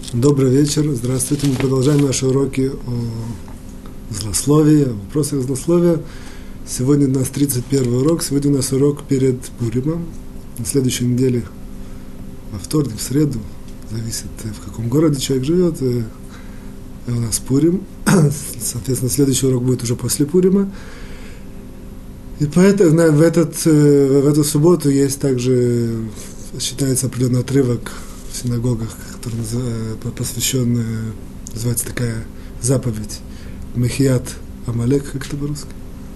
Добрый вечер, здравствуйте. Мы продолжаем наши уроки о злословии, о вопросах злословия. Сегодня у нас 31 урок, сегодня у нас урок перед Пуримом. На следующей неделе, во вторник, в среду, зависит, в каком городе человек живет, у нас Пурим. Соответственно, следующий урок будет уже после Пурима. И поэтому в эту субботу есть также, считается, определенный отрывок в синагогах, который посвящен, называется такая заповедь Мехият Амалек, как это по-русски?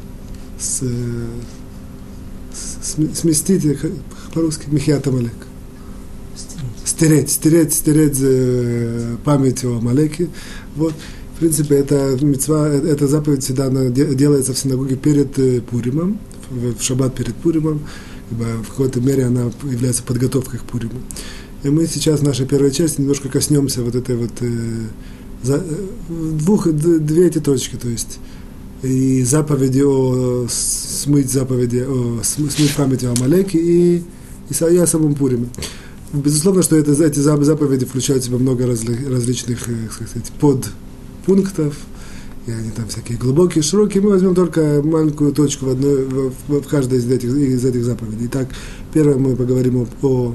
Сместить, по-русски, Мехият Амалек. Стереть память о Амалеке. Вот. В принципе, эта заповедь всегда делается в синагоге перед Пуримом, в шаббат перед Пуримом, ибо в какой-то мере она является подготовкой к Пуриму. И мы сейчас в нашей первой части немножко коснемся вот этой вот две эти точки, то есть и заповеди смыть память о Амалеке и о самом Пуриме. Безусловно, что эти заповеди включают в себя много различных, как сказать, подпунктов, и они там всякие глубокие, широкие. Мы возьмем только маленькую точку в каждой из этих заповедей. Итак, первое мы поговорим о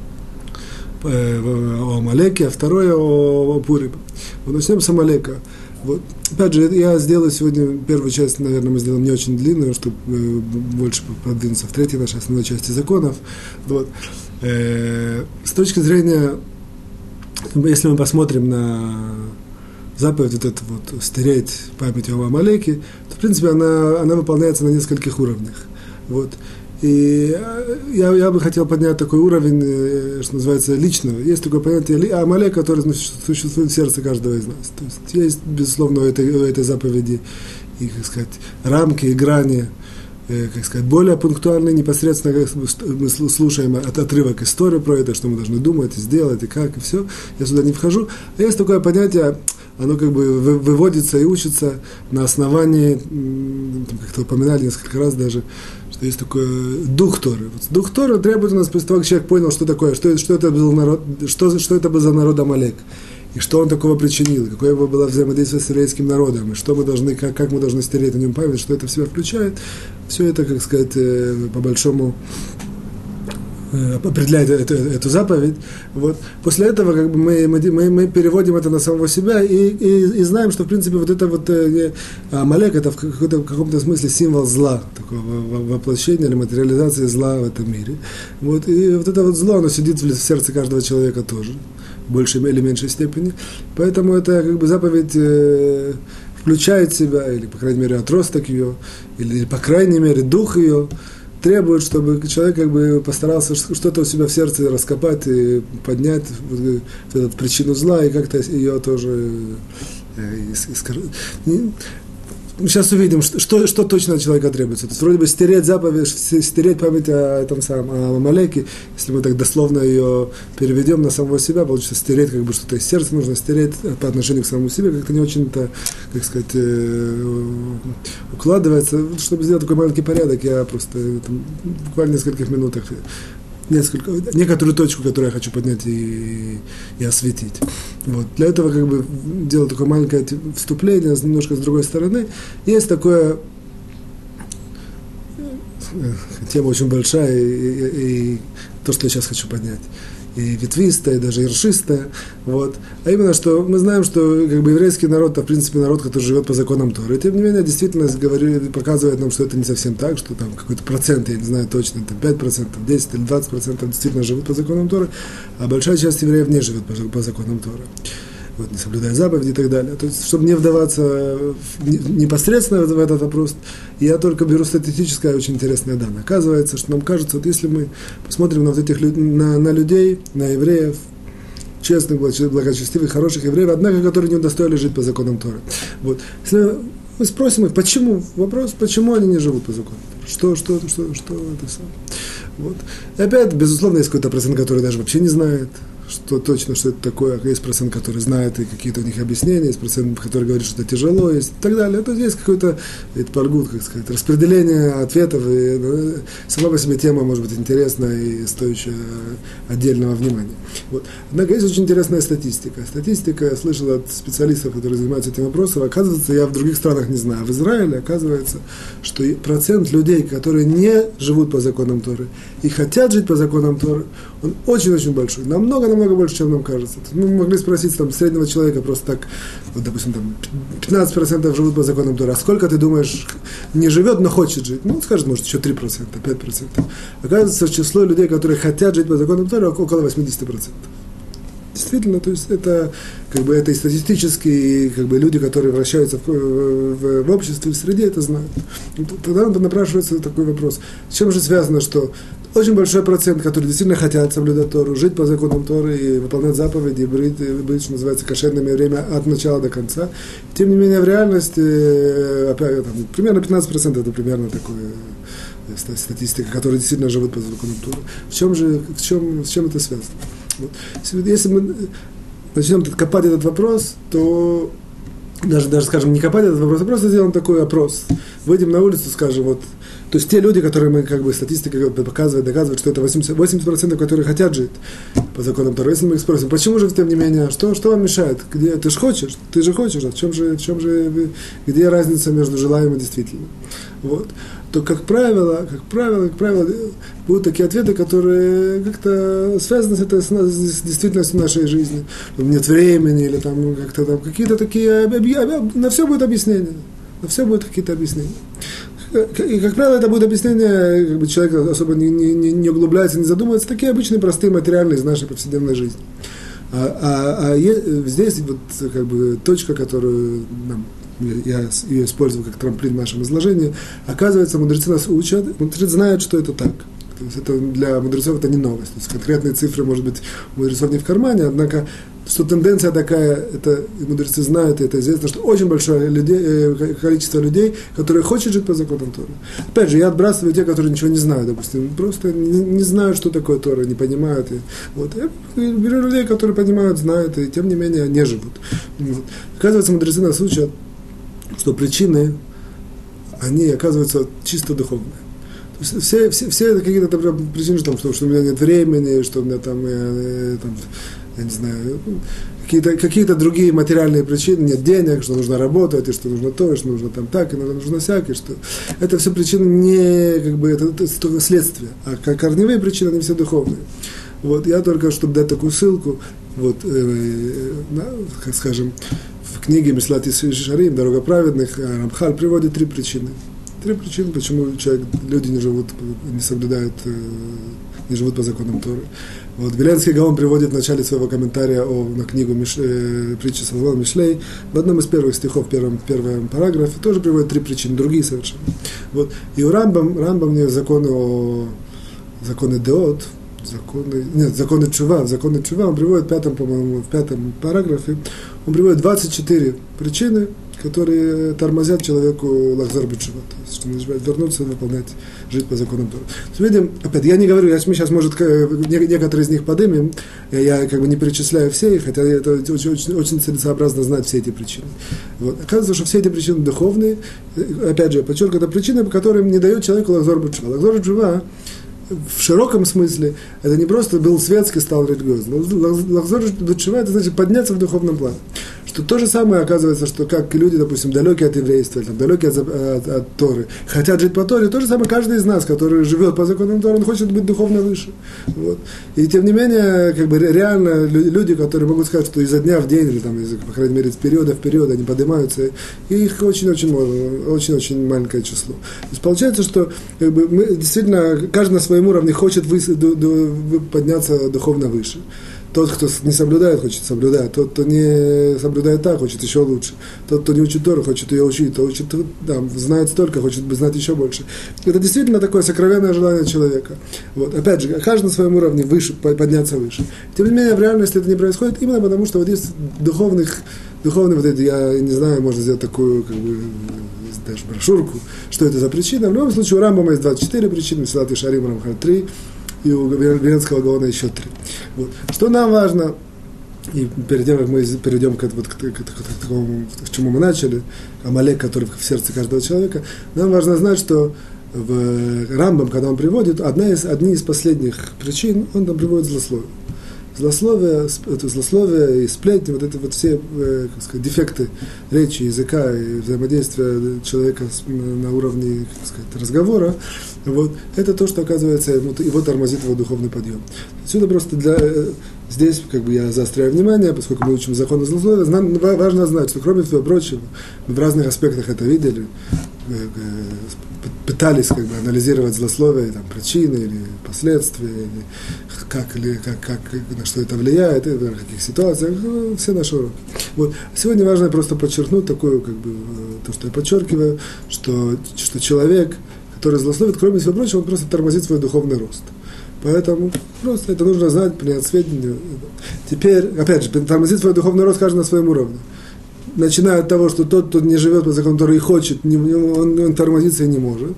Амалеке, а второе о Пуриме. Вот начнем с Амалека. Вот. Опять же, я сделаю сегодня первую часть, наверное, мы сделаем не очень длинную, чтобы больше продвинуться в третьей нашей основной части законов. Вот. С точки зрения, если мы посмотрим на заповедь вот эту вот стереть память о Амалеке, то, в принципе, она выполняется на нескольких уровнях. Вот. И я бы хотел поднять такой уровень, что называется, личного. Есть такое понятие Амалек, который существует в сердце каждого из нас. То есть безусловно, у этой заповеди и, как сказать, рамки и грани, как сказать, более пунктуальные, непосредственно, как мы слушаем отрывок истории про это, что мы должны думать и сделать, и как, и все. Я сюда не вхожу. А есть такое понятие, оно как бы выводится и учится на основании, как-то упоминали несколько раз даже, что есть такой дух Торы. Вот дух Торы требует у нас после того, как человек понял, что такое, что это был народ, что это был за народ Амалек, и что он такого причинил, и какое было взаимодействие с еврейским народом, и что мы должны, как мы должны стереть о нем память, что это в себя включает. Все это, как сказать, по-большому определяет эту заповедь. Вот. После этого как бы мы переводим это на самого себя и знаем, что в принципе вот это вот Амалек это в каком-то смысле символ зла, такого воплощения или материализации зла в этом мире. Вот. И вот это вот зло, оно сидит в сердце каждого человека тоже, в большей или меньшей степени. Поэтому это как бы заповедь включает в себя, или по крайней мере отросток ее, или по крайней мере дух ее, требует, чтобы человек как бы постарался что-то у себя в сердце раскопать и поднять вот эту причину зла и как-то ее тоже Сейчас увидим, что точно от человека требуется. То есть вроде бы стереть заповедь, стереть память о этом самом о Амалеке, если мы так дословно ее переведем на самого себя, получится стереть как бы что-то из сердца, нужно стереть по отношению к самому себе, как-то не очень-то, как сказать, укладывается. Чтобы сделать такой маленький порядок, я просто буквально в нескольких минутах некоторую точку, которую я хочу поднять и осветить. Вот. Для этого как бы делаю такое маленькое вступление, немножко с другой стороны. Есть такое, тема очень большая, и то, что я сейчас хочу поднять, и ветвистая, и даже ершистая. Вот. А именно, что мы знаем, что как бы еврейский народ, в принципе, народ, который живет по законам Торы. И тем не менее, действительно показывает нам, что это не совсем так, что там какой-то процент, я не знаю точно, это 5%, 10 или 20% действительно живут по законам Торы, а большая часть евреев не живет по законам Торы. Вот, не соблюдая заповеди и так далее. То есть, чтобы не вдаваться непосредственно в этот вопрос, я только беру статистическое очень интересное данное. Оказывается, что нам кажется, вот если мы посмотрим на вот этих на людей, на евреев, честных, благочестивых, хороших евреев, однако, которые не удостоили жить по законам Торы. Вот. Если мы спросим их, почему, вопрос, почему они не живут по законам Торы, что это самое. Вот. И опять, безусловно, есть какой-то процент, который даже вообще не знает, что точно, что это такое, есть процент, который знает, и какие-то у них объяснения, есть процент, который говорит, что это тяжело, есть и так далее. То есть какой-то паргут, как сказать, распределение ответов, и сама по себе тема может быть интересная и стоящая отдельного внимания. Вот. Однако есть очень интересная статистика. Статистика, я слышал от специалистов, которые занимаются этим вопросом, оказывается, я в других странах не знаю, в Израиле оказывается, что процент людей, которые не живут по законам Торы и хотят жить по законам Торы, он очень-очень большой, намного больше, чем нам кажется. Мы могли спросить там, среднего человека просто так, вот, допустим, там, 15% живут по законам Торы, а сколько, ты думаешь, не живет, но хочет жить? Ну, он скажет, может, еще 3%, 5%. Оказывается, число людей, которые хотят жить по законам Торы, около 80%. Действительно, то есть это, как бы, это и статистически, как бы, люди, которые вращаются в обществе, в среде, это знают. Тогда напрашивается такой вопрос. С чем же связано, что очень большой процент, которые действительно хотят соблюдать Тору, жить по законам Торы и выполнять заповеди, быть, что называется, кошерными время от начала до конца. Тем не менее, в реальности, опять, там, примерно 15% это примерно такое статистика, которые действительно живут по законам Торы. С чем это связано? Вот. Если мы начнем копать этот вопрос, то даже скажем, не копать этот вопрос, а просто сделаем такой опрос. Выйдем на улицу, скажем, вот, то есть те люди, которые мы, как бы, статистика показывает, доказывает, что это 80%, которые хотят жить по законам Торы. Если мы их спросим, почему же, тем не менее, что вам мешает? Ты же хочешь, а в чем же, где разница между желаемым и действительным? Вот. То, как правило, будут такие ответы, которые как-то связаны с действительностью нашей жизни. Нет времени, или там как-то там какие-то такие, на все будет объяснение. На все будут какие-то объяснения. И, как правило, это будет объяснение, как бы человек особо не углубляется, не задумывается, такие обычные, простые, материальные из нашей повседневной жизни. Здесь вот, как бы, точка, которую я ее использую как трамплин в нашем изложении, оказывается, мудрецы нас учат, мудрецы знают, что это так. То есть это для мудрецов это не новость. То есть конкретные цифры, может быть, у мудрецов не в кармане, однако, что тенденция такая, это мудрецы знают, это известно, что очень большое количество людей, которые хотят жить по законам Торы. Опять же, я отбрасываю те, которые ничего не знают, допустим, просто не знают, что такое Тора, не понимают. Вот. Я беру людей, которые понимают, знают, и тем не менее не живут. Вот. Оказывается, мудрецы нас учат, что причины, они оказываются чисто духовные. То есть все какие-то причины, что у меня нет времени, что у меня там, я не знаю, какие-то другие материальные причины, нет денег, что нужно работать, и что нужно то, и что нужно там так, и нужно всякое, что это все причины не, как бы, это только следствие, а корневые причины, они все духовные. Вот, я только, чтобы дать такую ссылку, вот, как скажем, в книге Мислат Ешарим, «Дорога праведных», Рамхаль приводит три причины. Три причины, почему люди не живут по законам Торы. Вот, Виленский Гаон приводит в начале своего комментария на книгу притчи Соломона Мишлей, в одном из первых стихов, в первом параграфе, тоже приводит три причины, другие совершенно. Вот. И у Рамбам не законы Деот, законы Чува, он приводит в пятом параграфе, он приводит 24 причины, которые тормозят человеку лахзар бетшува, то есть, что называется, вернуться, выполнять, жить по законам Торы. Видим, опять, я не говорю, мы сейчас, может, некоторые из них поднимем, я как бы не перечисляю все их, хотя это очень целесообразно знать все эти причины. Вот. Оказывается, что все эти причины духовные, опять же, я подчеркиваю, это причины, по которым не дает человеку лахзар бетшува. Лахзар бетшува в широком смысле, это не просто был светский, стал религиозным. Лахзор бетшува, это значит подняться в духовном плане. Что то же самое оказывается, что как люди, допустим, далекие от еврейства, далекие от Торы, хотят жить по Торе, то же самое каждый из нас, который живет по законам Торы, он хочет быть духовно выше. Вот. И тем не менее, как бы реально люди, которые могут сказать, что изо дня в день, или там, по крайней мере, из периода в период, они поднимаются, и их очень-очень маленькое число. То есть получается, что как бы, мы действительно, каждый на своем уровне хочет подняться духовно выше. Тот, кто не соблюдает, хочет соблюдать. Тот, кто не соблюдает так, хочет еще лучше. Тот, кто не учит Тору, хочет ее учить. Тот, учит, знает столько, хочет знать еще больше. Это действительно такое сокровенное желание человека. Вот. Опять же, каждый на своем уровне выше, подняться выше. Тем не менее, в реальности это не происходит именно потому, что вот есть духовный вот это, я не знаю, можно сделать такую, как бы, даже брошюрку, что это за причина. В любом случае, у Рамбама есть 24 причины, Мислат Ешарим, Рамхаль 3, и у Виленского Гаона еще 3. Вот. Что нам важно, и перед тем, как мы перейдем к такому, к чему мы начали, Амалек, который в сердце каждого человека, нам важно знать, что в Рамбам, когда он приводит, одни из последних причин, он там приводит злословие. Злословие и сплетни, вот это вот все, как сказать, дефекты речи, языка и взаимодействия человека на уровне, как сказать, разговора, вот, это то, что, оказывается, его тормозит его духовный подъем. Отсюда просто здесь, как бы, я заостряю внимание, поскольку мы учим законы злословия, важно знать, что, кроме всего прочего, мы в разных аспектах это видели, пытались, как бы, анализировать злословие, там, причины или последствия, или как на что это влияет, и в каких ситуациях, все наши уроки. Вот. Сегодня важно просто подчеркнуть такое, как бы, то, что я подчеркиваю, что человек, который злословит, кроме всего прочего, он просто тормозит свой духовный рост. Поэтому просто это нужно знать, принять сведения. Теперь, опять же, тормозит свой духовный рост каждый на своем уровне. Начиная от того, что тот, кто не живет по закону, который хочет, он тормозиться и не может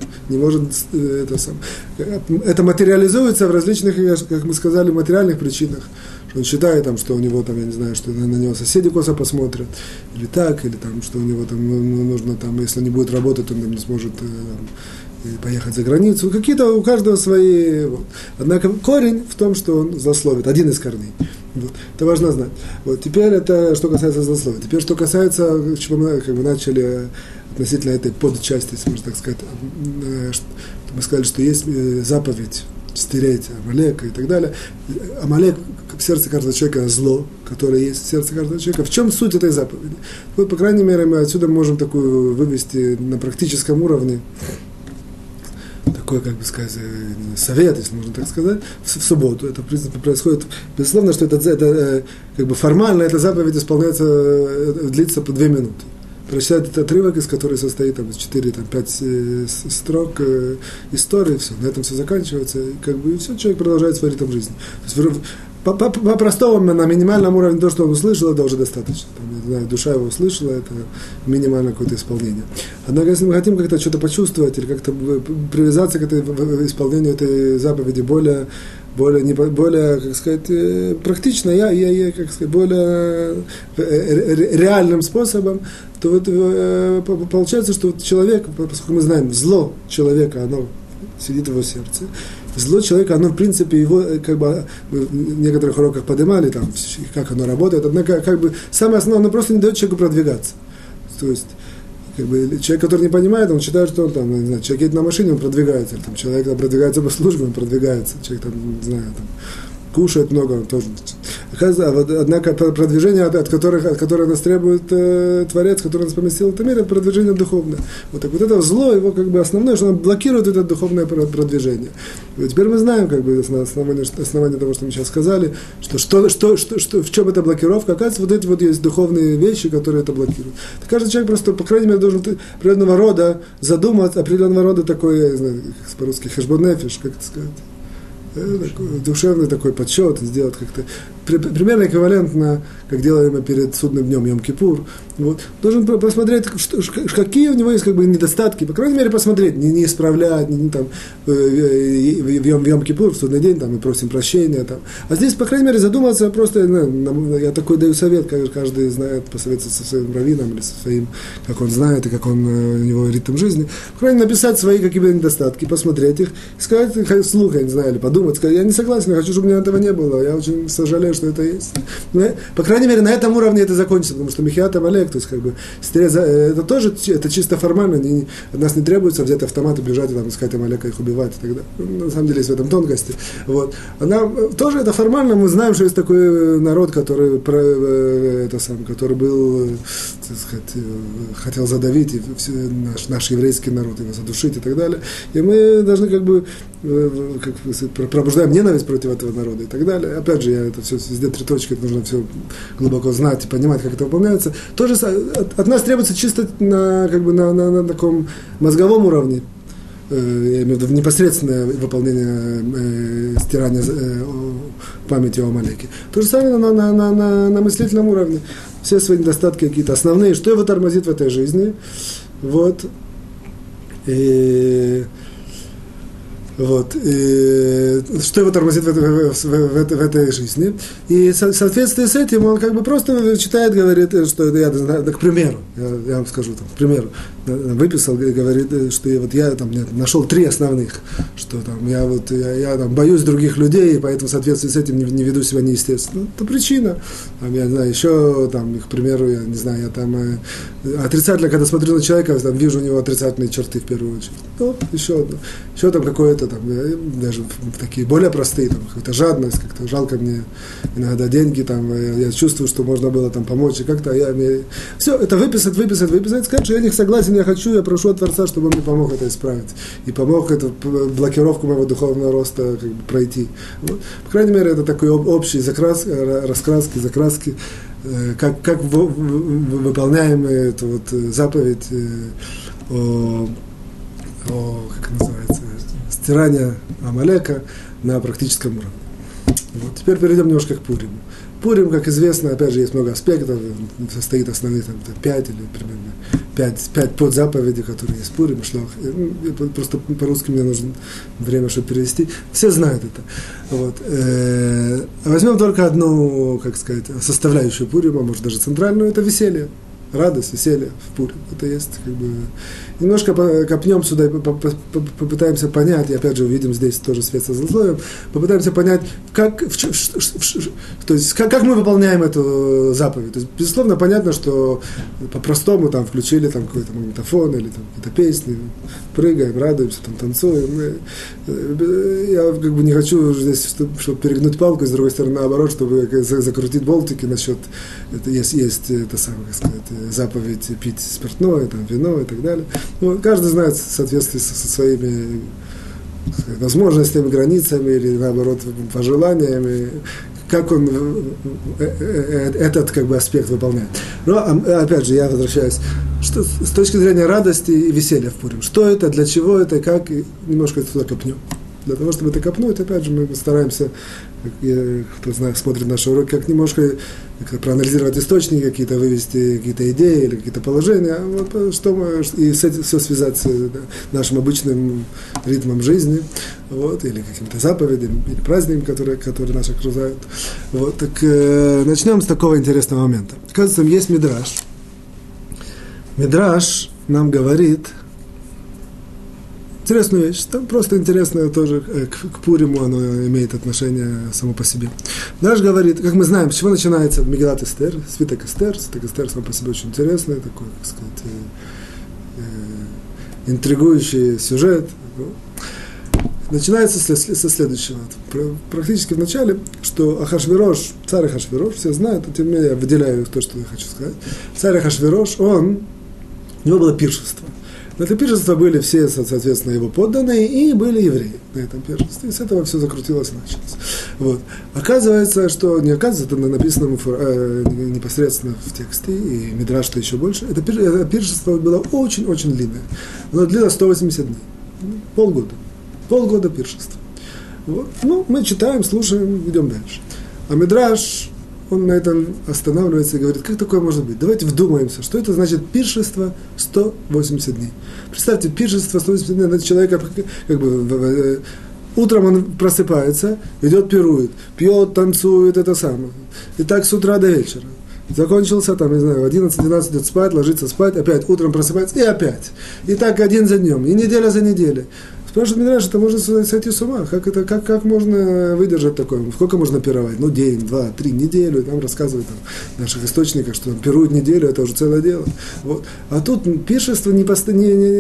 это материализуется в различных, как мы сказали, материальных причинах. Он считает, там, что у него, там, я не знаю, что на него соседи косо посмотрят, или так, или там, что у него там, нужно, там, если он не будет работать, он там, не сможет поехать за границу. Какие-то у каждого свои. Вот. Однако корень в том, что он злословит, один из корней. Вот. Это важно знать. Вот. Теперь это что касается злословия. Теперь что касается, чего мы, как бы, начали относительно этой подчасти, если можно так сказать, мы сказали, что есть заповедь стереть Амалека и так далее. Амалек в сердце каждого человека зло, которое есть в сердце каждого человека. В чем суть этой заповеди? Вот, по крайней мере, мы отсюда можем такую вывести на практическом уровне такой, как бы сказать, совет, если можно так сказать, в субботу. Это, в принципе, происходит, безусловно, что это как бы формально эта заповедь исполняется, длится по 2 минуты. Прочитать этот отрывок, из которого состоит там, из 4-5 строк истории, все, на этом все заканчивается, и, как бы, и все, человек продолжает свой ритм жизни. То есть, по-простому, на минимальном уровне, то, что он услышал, это уже достаточно. Там, я знаю, душа его услышала, это минимальное какое-то исполнение. Однако, если мы хотим как-то что-то почувствовать или как-то привязаться к исполнению этой заповеди более, как сказать, практично, как сказать, более реальным способом, то вот получается, что человек, поскольку мы знаем, зло человека, оно сидит в его сердце. Зло человека, оно, в принципе, его, как бы, в некоторых уроках поднимали, там, как оно работает, однако, как бы, самое основное, оно просто не дает человеку продвигаться. То есть, как бы, человек, который не понимает, он считает, что он, там, не знаю, человек едет на машине, он продвигается, или, там, человек там, продвигается по службе, он продвигается, человек, там, не знаю, там, кушает много, он тоже. Однако продвижение, от которого нас требует Творец, который нас поместил в этом мире, это продвижение духовное. Вот так вот это зло, его как бы основное, что оно блокирует это духовное продвижение. И теперь мы знаем, как бы, основание того, что мы сейчас сказали, что в чем эта блокировка, оказывается, вот эти вот есть духовные вещи, которые это блокируют. Каждый человек просто, по крайней мере, должен определенного рода задуматься, определенного рода такой, я не знаю, как по-русски, хэшбон нефиш, как это сказать, душевный такой подсчет, сделать как-то примерно эквивалентно, как делаем мы перед судным днем Йом-Кипур. Вот. Должен посмотреть, какие у него есть, как бы, недостатки, по крайней мере посмотреть, не исправлять, не там, в Йом-Кипур, в судный день, там, мы просим прощения. Там. А здесь, по крайней мере, задуматься просто, я такой даю совет, каждый знает, посоветоваться со своим раввином или со своим, как он знает и как он, у него ритм жизни. По крайней мере, написать свои какие-то недостатки, посмотреть их, сказать вслух, я не знаю, или подумать, сказать, я не согласен, я хочу, чтобы у меня этого не было, я очень сожалею, что это есть. Но, по крайней мере, на этом уровне это закончится, потому что Михиат Амалек, то есть, как бы, это тоже, это чисто формально, от нас не требуется взять автомат и бежать, там, искать Амалека, их убивать и так далее. На самом деле, есть в этом тонкости. Вот. Тоже это формально, мы знаем, что есть такой народ, который был, так сказать, хотел задавить и наш еврейский народ, его задушить и так далее. И мы должны, как бы, пробуждаем ненависть против этого народа и так далее. Опять же, это все везде 3 точки, это нужно все глубоко знать и понимать, как это выполняется. Тоже от нас требуется чисто на таком мозговом уровне, я имею в виду непосредственное выполнение стирания памяти о Амалеке. То же самое на мыслительном уровне. Все свои недостатки какие-то основные, что его тормозит в этой жизни. Вот. Вот. И что его тормозит в этой жизни. И в соответствии с этим он как бы просто читает, говорит, что это я знаю, да, к примеру, я вам скажу, там, к примеру, выписал, говорит, что я там нашел 3 основных, что там я там боюсь других людей, и поэтому в соответствии с этим не веду себя неестественно. Это причина. Там, я не знаю, еще там, к примеру, я не знаю, я там отрицательно, когда смотрю на человека, там вижу у него отрицательные черты в первую очередь. Ну, еще одно. Еще там какое-то там, даже такие более простые, там, какая-то жадность, как-то жалко мне иногда деньги, там, я чувствую, что можно было там помочь, и как-то все, это выписать, сказать, что я не согласен, я хочу, я прошу от Творца, чтобы он мне помог это исправить, и помог эту блокировку моего духовного роста как бы пройти. Вот. По крайней мере, это такой общий закраски, как выполняем эту вот заповедь как называется, стирание Амалека на практическом уровне. Вот. Теперь перейдем немножко к Пуриму. Пурим, как известно, опять же, есть много аспектов, состоит основных там, 5 или примерно 5 подзаповедей, которые есть Пурим, Шлах. Просто по-русски мне нужно время, чтобы перевести. Все знают это. Вот. Возьмем только одну, как сказать, составляющую Пурима, может даже центральную, это веселье. Радость, веселье в Пурим. Это есть как бы... Немножко копнем сюда и попытаемся понять, и опять же увидим здесь тоже свет со злословием, попытаемся понять, как мы выполняем эту заповедь. То есть, безусловно, понятно, что по-простому там включили там, какой-то магнитофон или там, какие-то песни, прыгаем, радуемся, там, танцуем. Я как бы не хочу здесь, чтобы перегнуть палку, и с другой стороны, наоборот, чтобы закрутить болтики насчет, есть это самое, как сказать, заповедь пить спиртное, там, вино и так далее. Ну, каждый знает в соответствии со своими возможностями, границами или, наоборот, пожеланиями, как он этот как бы аспект выполняет. Но, опять же, я возвращаюсь, что, с точки зрения радости и веселья в Пурим. Что это, для чего это, как, и немножко туда копнем. Для того, чтобы это копнуть, опять же, мы стараемся, кто знает, смотрит наши уроки, как немножко проанализировать источники, какие-то вывести какие-то идеи или какие-то положения, вот, что мы, и с этим все связать с нашим обычным ритмом жизни, вот, или каким-то заповедям, или праздником, которые нас окружают. Вот, так начнем с такого интересного момента. Оказывается, есть Мидраш. Мидраш нам говорит интересную вещь, там просто интересное тоже к Пуриму, оно имеет отношение само по себе. Наш говорит, как мы знаем, с чего начинается Мегилат Эстер, свиток Эстер. Свиток Эстер сам по себе очень интересный, такой, как сказать, интригующий сюжет. Начинается со следующего. Практически в начале, что Ахашвирош, царь Ахашвирош, все знают, а тем не менее я выделяю то, что я хочу сказать. Царь Ахашвирош, у него было пиршество. На это пиршество были все, соответственно, его подданные, и были евреи на этом пиршестве. И с этого все закрутилось и началось. Вот. Оказывается, что не оказывается, это написано непосредственно в тексте, и Мидраш, что еще больше. Это пиршество было очень-очень длинное. Оно длилось 180 дней. Полгода пиршества. Вот. Ну, мы читаем, слушаем, идем дальше. А Мидраш, он на этом останавливается и говорит, как такое может быть? Давайте вдумаемся, что это значит пиршество 180 дней. Представьте, пиршество 180 дней, это человек, как бы, утром он просыпается, идет пирует, пьет, танцует, это самое. И так с утра до вечера. Закончился, там, не знаю, в 11-12 идет спать, ложится спать, опять утром просыпается, и опять. И так один за днем, и неделя за неделей. Спрашивает Мидраш, это можно сойти с ума. Как можно выдержать такое? Сколько можно пировать? Ну, день, 2, 3, неделю. Там рассказывают в наших источниках, что там пируют неделю, это уже целое дело. Вот. А тут пиршество просто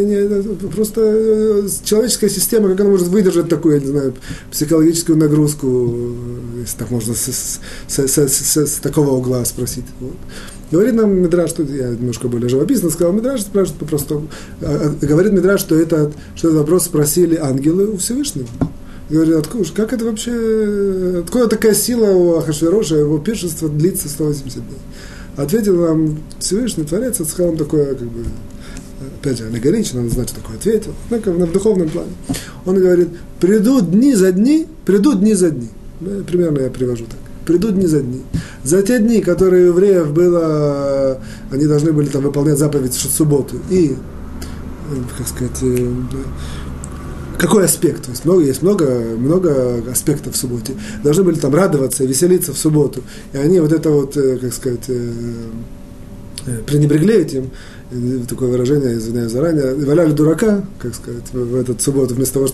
человеческая система, как она может выдержать такую, я не знаю, психологическую нагрузку, если так можно с такого угла спросить. Вот. Говорит нам Мидраш, что я немножко более живописно сказал, Мидраш спрашивает по-простому. Говорит Мидраш, что этот вопрос спросили ангелы у Всевышнего. Говорит, как это вообще, откуда такая сила у Ахашвироша, его пиршество длится 180 дней? Ответил нам Всевышний Творец, сказал нам такое, как бы, опять же, аллегорично, надо знать, что такое ответил, в духовном плане. Он говорит, придут дни за дни. Примерно я привожу так. Придут дни за дни. За те дни, которые у евреев было, они должны были там выполнять заповедь в субботу и, как сказать, какой аспект? То есть много аспектов в субботе. Должны были там радоваться, веселиться в субботу. И они вот это вот, как сказать, пренебрегли этим, такое выражение, извиняюсь заранее, валяли дурака, как сказать, в эту субботу, вместо того,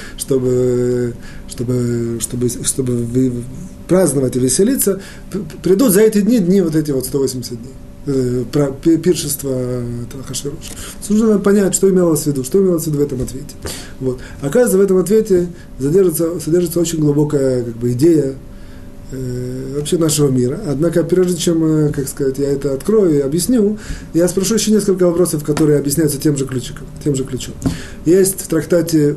чтобы праздновать и веселиться, придут за эти дни вот эти вот 180 дней. Пиршество Ахашвироша. Нужно понять, что имелось в виду в этом ответе. Вот. Оказывается, в этом ответе содержится очень глубокая как бы, идея вообще нашего мира. Однако, прежде чем, как сказать, я это открою и объясню, я спрошу еще несколько вопросов, которые объясняются тем же ключом. Есть в трактате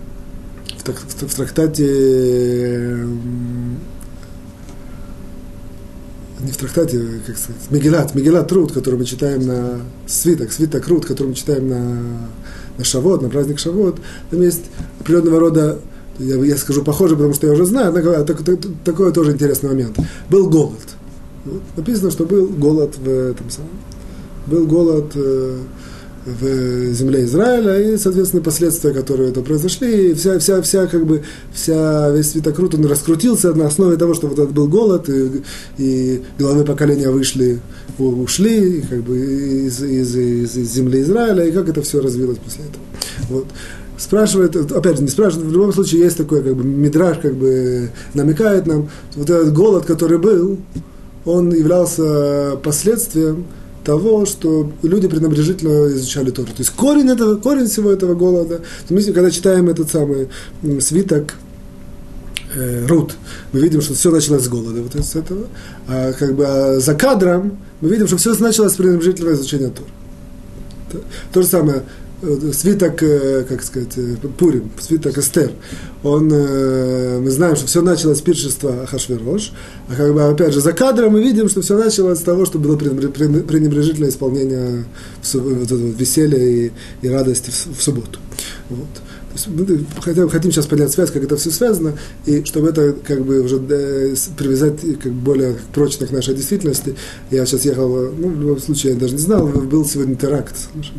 не в трактате, как сказать, Мегилат Труд, который мы читаем на свиток Труд, который мы читаем на Шавот, на праздник Шавот, там есть определенного рода, я скажу похоже, потому что я уже знаю, однако такой тоже интересный момент. Был голод. Вот. Написано, что был голод в этом самом. Был голод в земле Израиля, и, соответственно, последствия, которые это произошли, и весь свиток Труд, он раскрутился на основе того, что вот этот был голод, и главы поколения ушли как бы, из земли Израиля, и как это все развилось после этого. Вот. Спрашивает, опять же, не спрашивает, в любом случае есть такой, как бы, мидраш, как бы, намекает нам, вот этот голод, который был, он являлся последствием того, что люди пренебрежительно изучали Тору. То есть корень всего этого голода, мы, когда читаем этот самый свиток Рут, мы видим, что все началось с голода, вот с этого, а за кадром мы видим, что все началось с пренебрежительного изучения Торы. То же самое, свиток, как сказать, Пурим, свиток Эстер, мы знаем, что все началось с пиршества Ахашвирош, а опять же за кадром мы видим, что все началось с того, что было пренебрежительное исполнение веселья и радости в субботу. Вот. Мы хотим сейчас понять связь, как это все связано, и чтобы это как бы уже привязать как более прочно к нашей действительности. Я сейчас ехал, в любом случае, я даже не знал, был сегодня теракт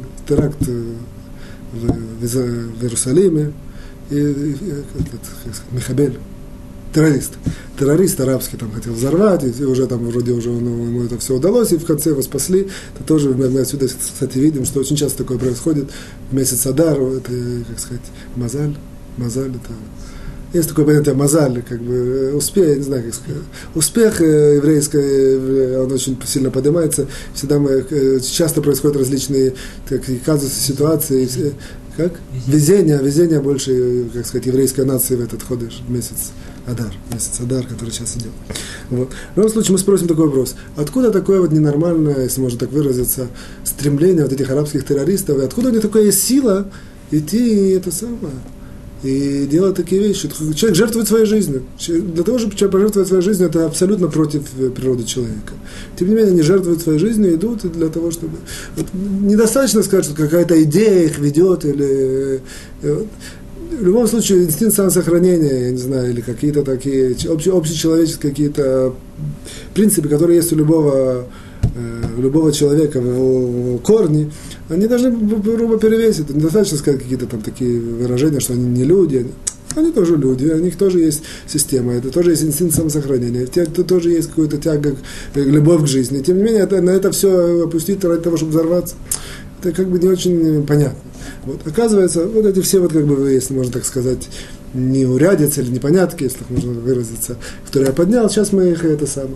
в Иерусалиме, и Михабель, террорист арабский там хотел взорвать, и уже там вроде уже ему это все удалось, и в конце его спасли. Это тоже мы отсюда, кстати, видим, что очень часто такое происходит. В месяц Адар, это, как сказать, мазаль, это... Есть такое понятие мазаль, как бы успех, я не знаю, как сказать. Успех еврейский, он очень сильно поднимается. Всегда часто происходят различные казусы, ситуации. Как? Везение больше, как сказать, еврейской нации в этот ходыш, месяц Адар, который сейчас идет. Вот. В любом случае мы спросим такой вопрос. Откуда такое вот ненормальное, если можно так выразиться, стремление вот этих арабских террористов, и откуда у них такая сила идти это самое? И делать такие вещи. Человек жертвует своей жизнью. Для того, чтобы человек пожертвовать своей жизнью, это абсолютно против природы человека. Тем не менее, они жертвуют своей жизнью, идут для того, чтобы... Вот, недостаточно сказать, что какая-то идея их ведет, или... В любом случае, инстинкт самосохранения, я не знаю, или какие-то такие общечеловеческие какие-то принципы, которые есть у любого человека в его корне, они должны грубо перевесить. Недостаточно сказать какие-то там такие выражения, что они не люди. Они тоже люди, у них тоже есть система, это тоже есть инстинкт самосохранения, это тоже есть какая-то тяга, любовь к жизни. Тем не менее, на это все опустить ради того, чтобы взорваться, это как бы не очень понятно. Вот. Оказывается, вот эти все, вот как бы, если можно так сказать, неурядицы или непонятки, если так можно выразиться, которые я поднял, сейчас мы их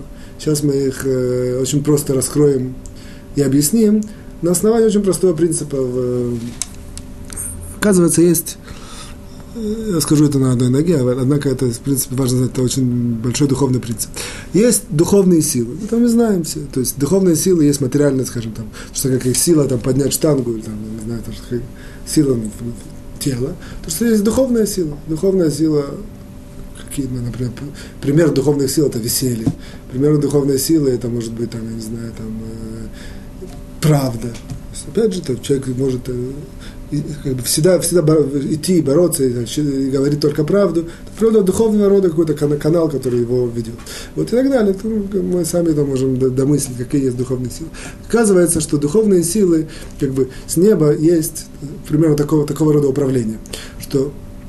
очень просто раскроем и объясним на основании очень простого принципа. Оказывается, есть, я скажу это на одной ноге, однако это, в принципе, важно знать, это очень большой духовный принцип. Есть духовные силы, это мы знаем все, то есть духовные силы есть материальные, скажем, там, что как их сила там, поднять штангу, или там, не знаю, там, сила тела, то что есть духовная сила, какие, например, пример духовных сил – это веселье, пример духовной силы – это, может быть, там, я не знаю, там, правда. Опять же, человек может как бы всегда идти, бороться и говорить только правду. Это правда духовного рода какой-то канал, который его ведет. Вот и так далее. Мы сами там можем домыслить, какие есть духовные силы. Оказывается, что духовные силы, как бы с неба есть примерно такого рода управление, что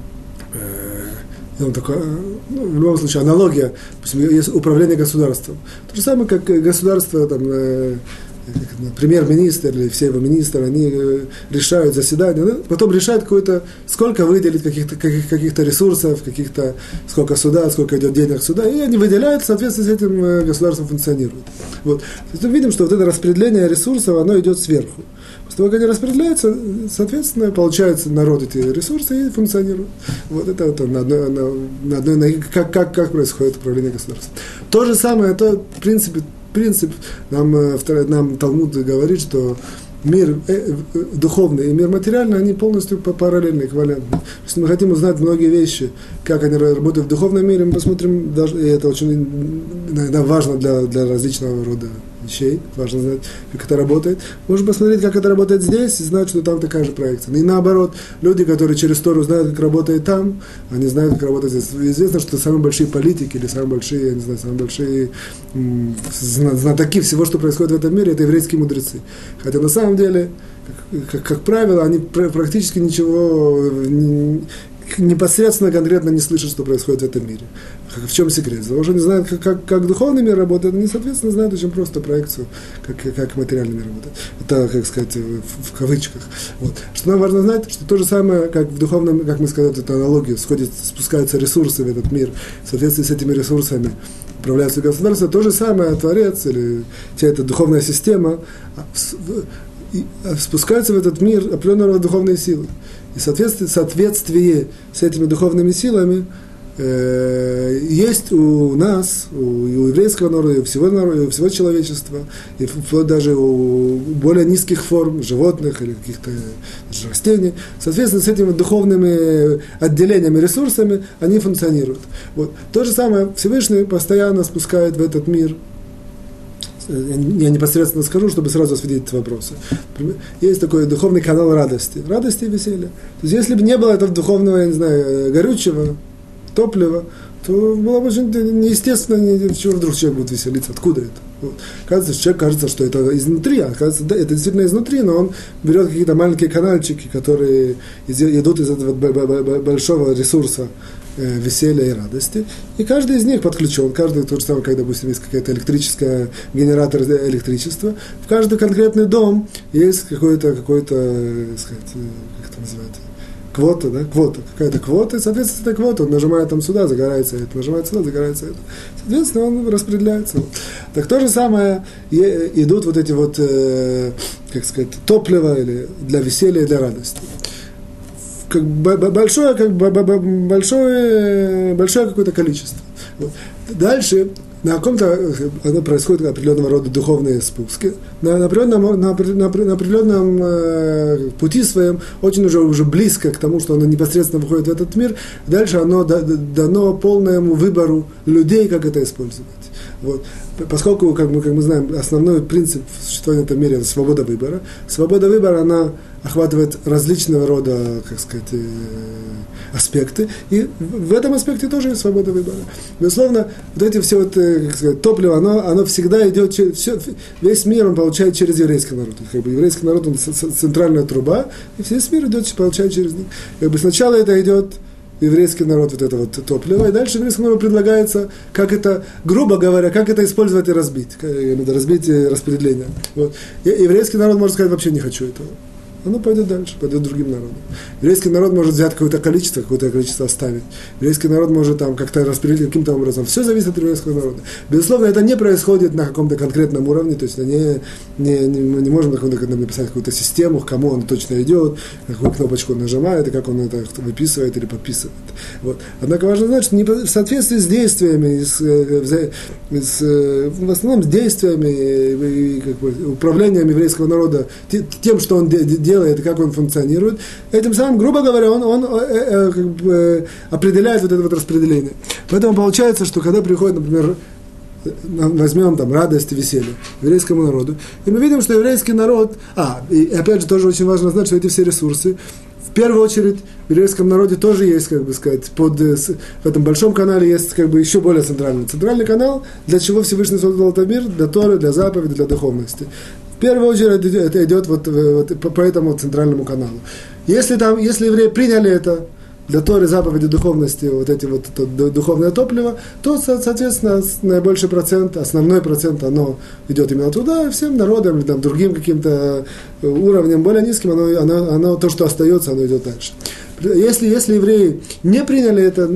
такое, в любом случае, аналогия, есть управление государством. То же самое, как государство, там, премьер-министр или все его министры, они решают заседания, да? Потом решают сколько выделить каких-то ресурсов, сколько суда, сколько идет денег сюда, и они выделяют, соответственно, с этим государство функционирует. Вот. То есть мы видим, что вот это распределение ресурсов, оно идет сверху. После того, как они распределяются, соответственно, получается народ эти ресурсы и функционирует. Вот это на одной как происходит управление государством. То же самое, это принцип нам Талмуд говорит, что мир духовный и мир материальный, они полностью параллельны, эквивалентны. Если мы хотим узнать многие вещи, как они работают в духовном мире, мы посмотрим, и это очень иногда важно для различного рода вещей, важно знать, как это работает. Можем посмотреть, как это работает здесь, и знать, что там такая же проекция. И наоборот, люди, которые через Тору знают, как работает там, они знают, как работает здесь. Известно, что самые большие политики или самые большие знатоки всего, что происходит в этом мире, это еврейские мудрецы. Хотя на самом деле, как правило, они практически ничего непосредственно, конкретно не слышат, что происходит в этом мире. В чем секрет? Потому что они знают, как духовный мир работает, они, соответственно, знают очень просто проекцию, как материальный мир работает. Это, как сказать, в кавычках. Вот. Что нам важно знать, что то же самое, как в духовном, как мы сказали, это аналогия, спускаются ресурсы в этот мир, в соответствии с этими ресурсами управляется государство, то же самое Творец или вся эта духовная система спускаются в этот мир определенного рода духовные силы. И соответствие с этими духовными силами есть у нас, у еврейского народа, и у всего народа, и у всего человечества, и вплоть даже у более низких форм, животных или каких-то растений. Соответственно, с этими духовными отделениями, ресурсами, они функционируют. Вот. То же самое Всевышний постоянно спускает в этот мир. Я непосредственно скажу, чтобы сразу осветить вопросы. Есть такой духовный канал радости и веселья. То есть, если бы не было этого духовного, я не знаю, горючего, топлива, то было бы очень неестественно, чего вдруг человек будет веселиться, откуда это. Вот. Человек кажется, что это изнутри, а кажется, да, это действительно изнутри, но он берет какие-то маленькие канальчики, которые идут из этого большого ресурса веселья и радости, и каждый из них подключен, каждый, то же самое, как, допустим, есть какая-то электрическая генератор электричества, в каждый конкретный дом есть какой-то, сказать, как это называется, квота, да, какая-то квота, и, соответственно, эта квота, он нажимает там сюда, загорается это, нажимает сюда, загорается это. Соответственно, он распределяется. Так то же самое идут вот эти вот, как сказать, топлива или для веселья и для радости. Большое какое-то количество. Вот. Дальше на каком-то происходит определенного рода духовные спуски. На определенном пути своем, очень уже близко к тому, что оно непосредственно выходит в этот мир, дальше оно дано полному выбору людей, как это использовать. Вот. Поскольку, как мы знаем, основной принцип существования в этом мире – это свобода выбора. Свобода выбора, она охватывает различного рода, как сказать, аспекты. И в этом аспекте тоже есть свобода выбора. Безусловно, вот эти все вот, как сказать, топливо, оно всегда идет, весь мир он получает через еврейский народ. Как бы еврейский народ, он центральная труба, и весь мир получает через них. Как бы сначала это идет еврейский народ, вот это вот топливо, и дальше еврейскому народу предлагается, как это, грубо говоря, как это использовать и разбить. Разбить распределение. Вот. И еврейский народ может сказать, вообще не хочу этого. Оно пойдет дальше, пойдет другим народам. Еврейский народ может взять какое-то количество оставить. Еврейский народ может там как-то распределить каким-то образом. Все зависит от еврейского народа. Безусловно, это не происходит на каком-то конкретном уровне, то есть мы не можем написать какую-то систему, к кому он точно идет, какую кнопочку он нажимает, и как он это выписывает или подписывает. Вот. Однако важно знать, что в соответствии с действиями, в основном с действиями и управлением еврейского народа, тем, что он делает, и как он функционирует, этим самым, грубо говоря, он как бы определяет вот это вот распределение. Поэтому получается, что когда приходит, например, возьмем там радость и веселье еврейскому народу, и мы видим, что еврейский народ, и опять же тоже очень важно знать, что эти все ресурсы, в первую очередь, в еврейском народе тоже есть, как бы сказать, в этом большом канале есть как бы еще более центральный. Центральный канал, для чего Всевышний создал этот мир, для Торы, для заповеди, для духовности. В первую очередь это идет вот по этому центральному каналу. Если евреи приняли это, для Торы, заповеди, духовности, вот эти вот это духовное топливо, то, соответственно, наибольший процент, основной процент, оно идет именно туда, и всем народам, там, другим каким-то уровнем более низким, оно то, что остается, оно идет дальше. Если евреи не приняли это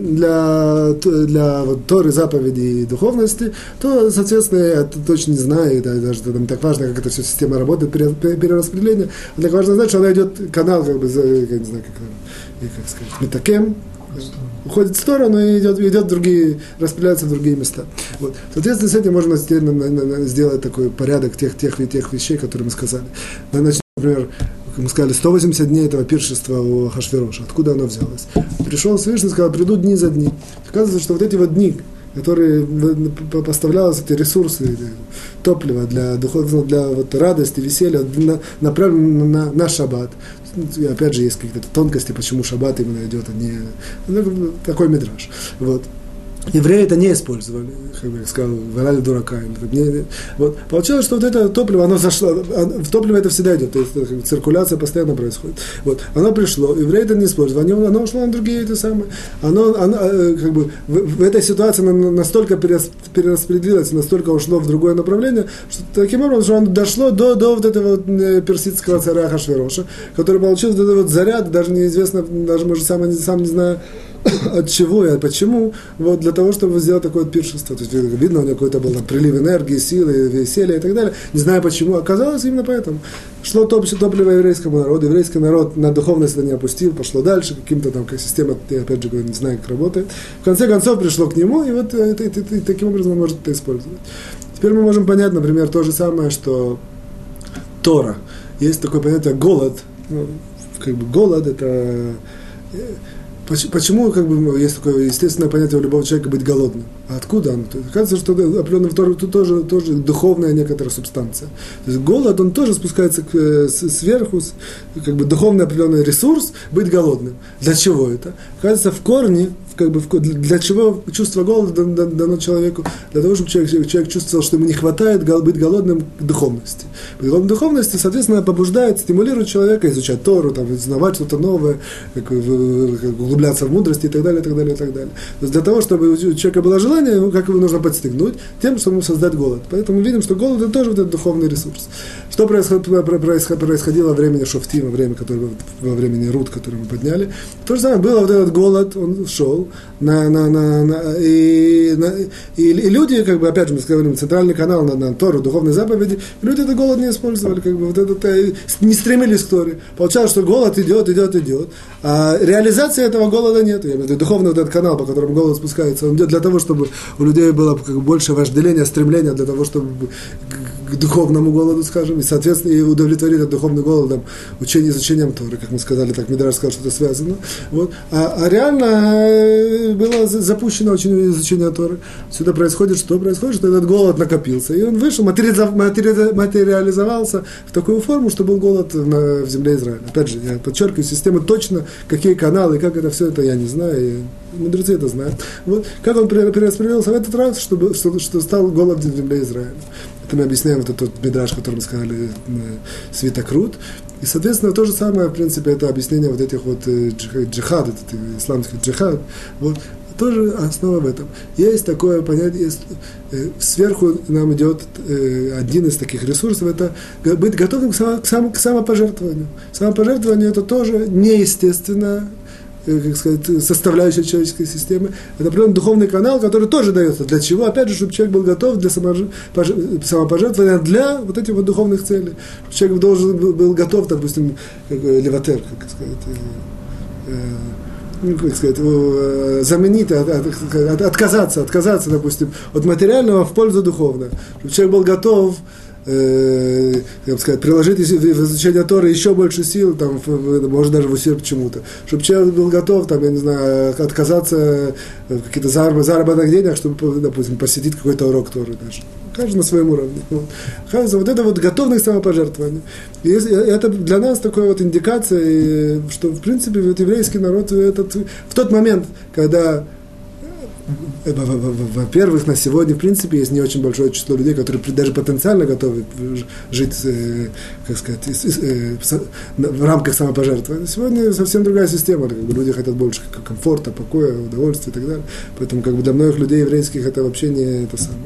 для вот, Торы, заповедей и духовности, то, соответственно, я точно не знаю, это даже там, так важно, как эта вся система работает, перераспределение, так важно знать, что она идет, канал, как бы, я не знаю, как сказать, метакем, уходит в сторону и идет другие, распределяется в другие места. Вот. Соответственно, с этим можно сделать такой порядок тех вещей, которые мы сказали. Начнем, например, мы сказали, 180 дней этого пиршества у Ахашвероша. Откуда оно взялось? Пришел Всевышний и сказал, придут дни за дни. Оказывается, что вот эти вот дни, которые поставлялись, эти ресурсы, топливо для духовного, для вот радости, веселья, направлены на шаббат. И опять же, есть какие-то тонкости, почему шаббат именно идет, а не такой мидраш. Вот. Евреи это не использовали, как я сказал, валяли дурака. Вот. Получилось, что вот это топливо, оно зашло, в топливо это всегда идет, то есть циркуляция постоянно происходит. Вот. Оно пришло, евреи это не использовали, оно ушло на другие эти самые. Оно как бы, в этой ситуации настолько перераспределилось, настолько ушло в другое направление, что таким образом, что оно дошло до вот этого персидского царя Ахашвероша, который получил вот этот вот заряд, даже неизвестно, даже может сам не знаю, от чего и почему, вот для того, чтобы сделать такое пиршество. То есть, видно, у него какой-то был там, прилив энергии, силы, веселья и так далее. Не знаю почему, оказалось именно поэтому. Шло топливо еврейскому народу, еврейский народ на духовность это не опустил, пошло дальше, каким-то там, как система, я опять же говорю, не знаю, как работает. В конце концов пришло к нему, и вот и таким образом он может это использовать. Теперь мы можем понять, например, то же самое, что Тора. Есть такое понятие голод. Ну, как бы голод это... Почему как бы, есть такое естественное понятие у любого человека быть голодным? А откуда оно? Оказывается, что определенно в Торе тут тоже духовная некоторая субстанция. То есть голод, он тоже спускается сверху, как бы духовный определенный ресурс быть голодным. Для чего это? Оказывается, в корне, как бы, для чего чувство голода дано человеку? Для того, чтобы человек чувствовал, что ему не хватает быть голодным духовности. Голодной духовности, соответственно, побуждает, стимулирует человека изучать Тору, там, узнавать что-то новое, углубляться в мудрости и так далее, и так далее, и так далее. То есть для того, чтобы у человека было желание, как его нужно подстегнуть, тем, чтобы ему создать голод. Поэтому мы видим, что голод – это тоже вот этот духовный ресурс. Что происходило во времени Шофтим, во времени Рут, который мы подняли? То же самое было, вот этот голод, он шел, и люди, как бы, опять же, мы говорим, центральный канал на Тору, духовные заповеди, люди этот голод не использовали, как бы, вот это, не стремились к Торе. Получалось, что голод идет, а реализации этого голода нет. Я имею в виду духовный вот этот канал, по которому голод спускается, он идет для того, чтобы у людей было как бы больше вожделения, стремления для того, чтобы к духовному голоду, скажем, и, соответственно, и удовлетворить этот духовный голод изучением Торы, как мы сказали, так Мидраш сказал, что это связано. Вот. А реально было запущено очень изучение Торы. Сюда происходит, что этот голод накопился, и он вышел, материализовался в такую форму, что был голод в земле Израиля. Опять же, я подчеркиваю, систему точно, какие каналы, как это все это, я не знаю, и мудрецы это знают. Вот. Как он перераспределился в этот раз, что стал голод в земле Израиля. Это мы объясняем вот этот мидраш, который мы сказали, Свитокрут. И, соответственно, то же самое, в принципе, это объяснение вот этих вот джихад, этот исламский джихад. Вот. Тоже основа в этом. Есть такое понятие, сверху нам идет один из таких ресурсов, это быть готовым к самопожертвованию. Самопожертвование это тоже неестественно, как сказать, составляющая человеческой системы. Это определенный духовный канал, который тоже дается. Для чего? Опять же, чтобы человек был готов для самопожертвования для вот этих вот духовных целей. Человек был готов, допустим, леватер, как сказать, заменить, отказаться, допустим, от материального в пользу духовного. Чтобы человек был готов, как сказать, приложить в изучение Торы еще больше сил, там, может даже в ущерб чему-то. Чтобы человек был готов, там, я не знаю, отказаться каких-то заработных денег, чтобы, допустим, посетить какой-то урок Торы даже. Каждый на своем уровне. Вот это вот готовность к самопожертвованию. И это для нас такая вот индикация, что, в принципе, вот еврейский народ в тот момент, когда во-первых, на сегодня, в принципе, есть не очень большое число людей, которые даже потенциально готовы жить, как сказать, в рамках самопожертвования. Сегодня совсем другая система. Как бы люди хотят больше комфорта, покоя, удовольствия и так далее. Поэтому как бы для многих людей еврейских это вообще не это самое.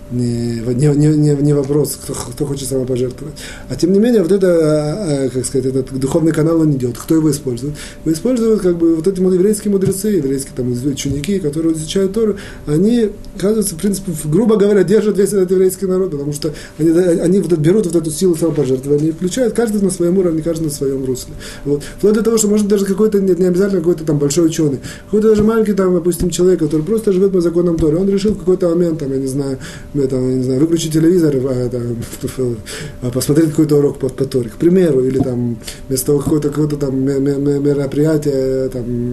Не вопрос, кто хочет самопожертвовать. А тем не менее, вот это, как сказать, этот духовный канал он идет. Кто его использует? Его используют как бы вот эти еврейские мудрецы, еврейские там ученики, которые изучают Тору, они, оказывается, в принципе, грубо говоря, держат весь этот еврейский народ, потому что они вот берут вот эту силу самопожертвования и включают каждый на своем уровне, каждый на своем русле. Вот. Вплоть до того, что может даже какой-то, не обязательно какой-то там большой ученый, какой-то даже маленький там, допустим, человек, который просто живет по законам Торы, он решил в какой-то момент, там, я не знаю, выключить телевизор, посмотреть какой-то урок по Торе, к примеру, или там вместо того какое-то там мероприятие,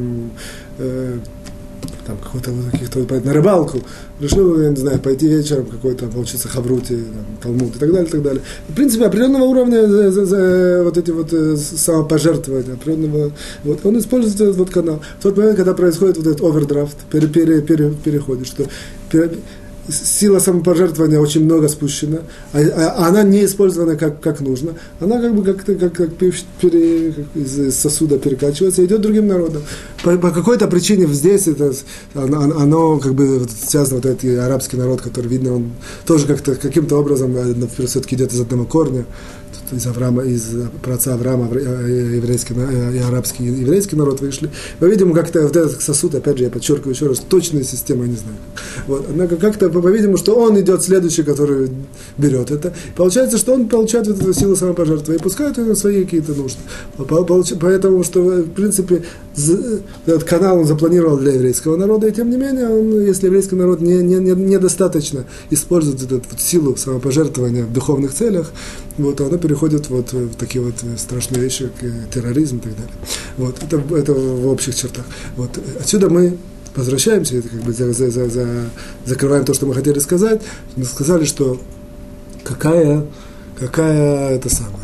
там какой-то каких-то на рыбалку, решил, я не знаю, пойти вечером какой-то, поучиться Хавруте, Талмуд и так далее, и так далее. В принципе, определенного уровня вот эти вот самопожертвования, определенного, вот, он использует этот вот канал. В тот момент, когда происходит вот этот овердрафт, переходит, что сила самопожертвования очень много спущена, а она не использована как нужно, она как бы как из сосуда перекачивается и идет другим народам. По какой-то причине здесь оно как бы связано, вот этот арабский народ, который, видно, он тоже каким-то образом все-таки идет из одного корня, из Авраама, из праотца Авраама, еврейский и арабский еврейский народ вышли. Мы видим, как-то вот этот сосуд, опять же, я подчеркиваю еще раз, точная система, я не знаю. Вот. Однако как-то, по-видимому, что он идет следующий, который берет это. Получается, что он получает вот эту силу самопожертвования и пускает ее на свои какие-то нужды. Поэтому, что, в принципе, этот канал он запланировал для еврейского народа, и тем не менее, если еврейский народ недостаточно использует эту вот силу самопожертвования в духовных целях, вот, она переходит вот в такие вот страшные вещи, как терроризм и так далее. Вот, это в общих чертах. Вот, отсюда мы возвращаемся, это как бы закрываем то, что мы хотели сказать. Мы сказали, что какая это самое,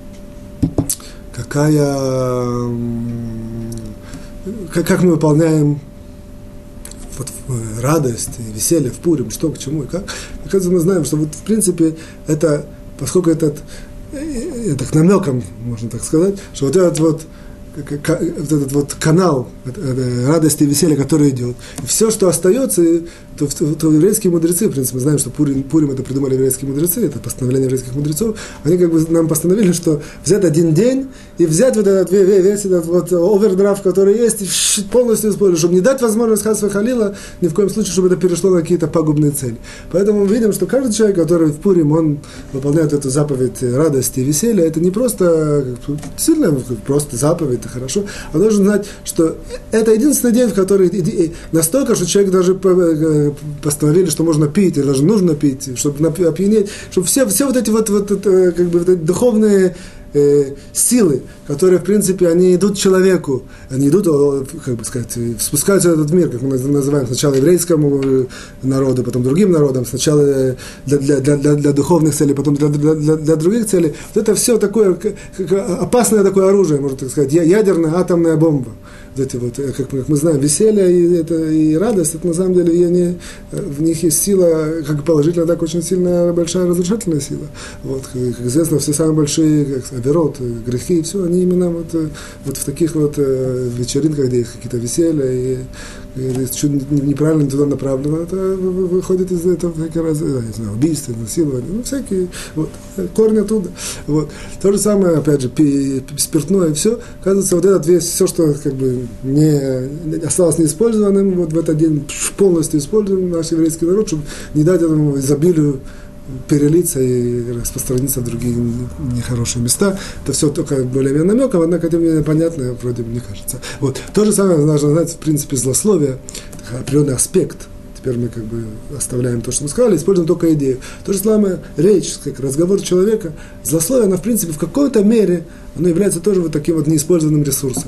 как мы выполняем вот радость и веселье в Пурим, что к чему и как. Оказывается, мы знаем, что вот в принципе это, поскольку это намеком, можно так сказать, что вот этот вот канал радости и веселья, который идет, все, что остается, то еврейские мудрецы, в принципе, мы знаем, что Пурим это придумали еврейские мудрецы, это постановление еврейских мудрецов, они как бы нам постановили, что взять один день и взять вот этот весь этот вот овердрафт, который есть, и полностью использовать, чтобы не дать возможность хас ве-халила, ни в коем случае, чтобы это перешло на какие-то пагубные цели. Поэтому мы видим, что каждый человек, который в Пурим, он выполняет эту заповедь радости и веселья, это не просто сильно просто заповедь, это хорошо, а должен знать, что это единственный день, в который настолько, что человек даже постановили, что можно пить, или даже нужно пить, чтобы опьянеть, чтобы все вот эти вот как бы духовные силы, которые, в принципе, они идут человеку, они идут, как бы сказать, спускаются в этот мир, как мы называем, сначала еврейскому народу, потом другим народам, сначала для духовных целей, потом для других целей. Вот это все такое, опасное такое оружие, можно так сказать, ядерная атомная бомба. Эти вот, как мы знаем, веселье и радость, это на самом деле в них есть сила, как положительная, так очень сильная, большая разрушительная сила. Вот, как известно, все самые большие авирот, грехи, все, они именно вот в таких вот вечеринках, где есть какие-то веселья, и чуть неправильно туда направлено, это выходит из этого всякие разы, не знаю, убийства, насилования, всякие, вот, корни оттуда. Вот. То же самое, опять же, спиртное, все, оказывается, вот этот весь, все, что как бы не осталось неиспользованным, вот в этот день полностью используем наш еврейский народ, чтобы не дать этому изобилию перелиться и распространиться в другие нехорошие места. Это все только более-менее намеком, однако тем не менее понятно, вроде бы, мне кажется. Вот. То же самое нужно знать, в принципе, злословие, определенный аспект. Теперь мы как бы оставляем то, что мы сказали, используем только идею. То же самое речь, как разговор человека. Злословие, оно, в принципе, в какой-то мере, оно является тоже вот таким вот неиспользованным ресурсом.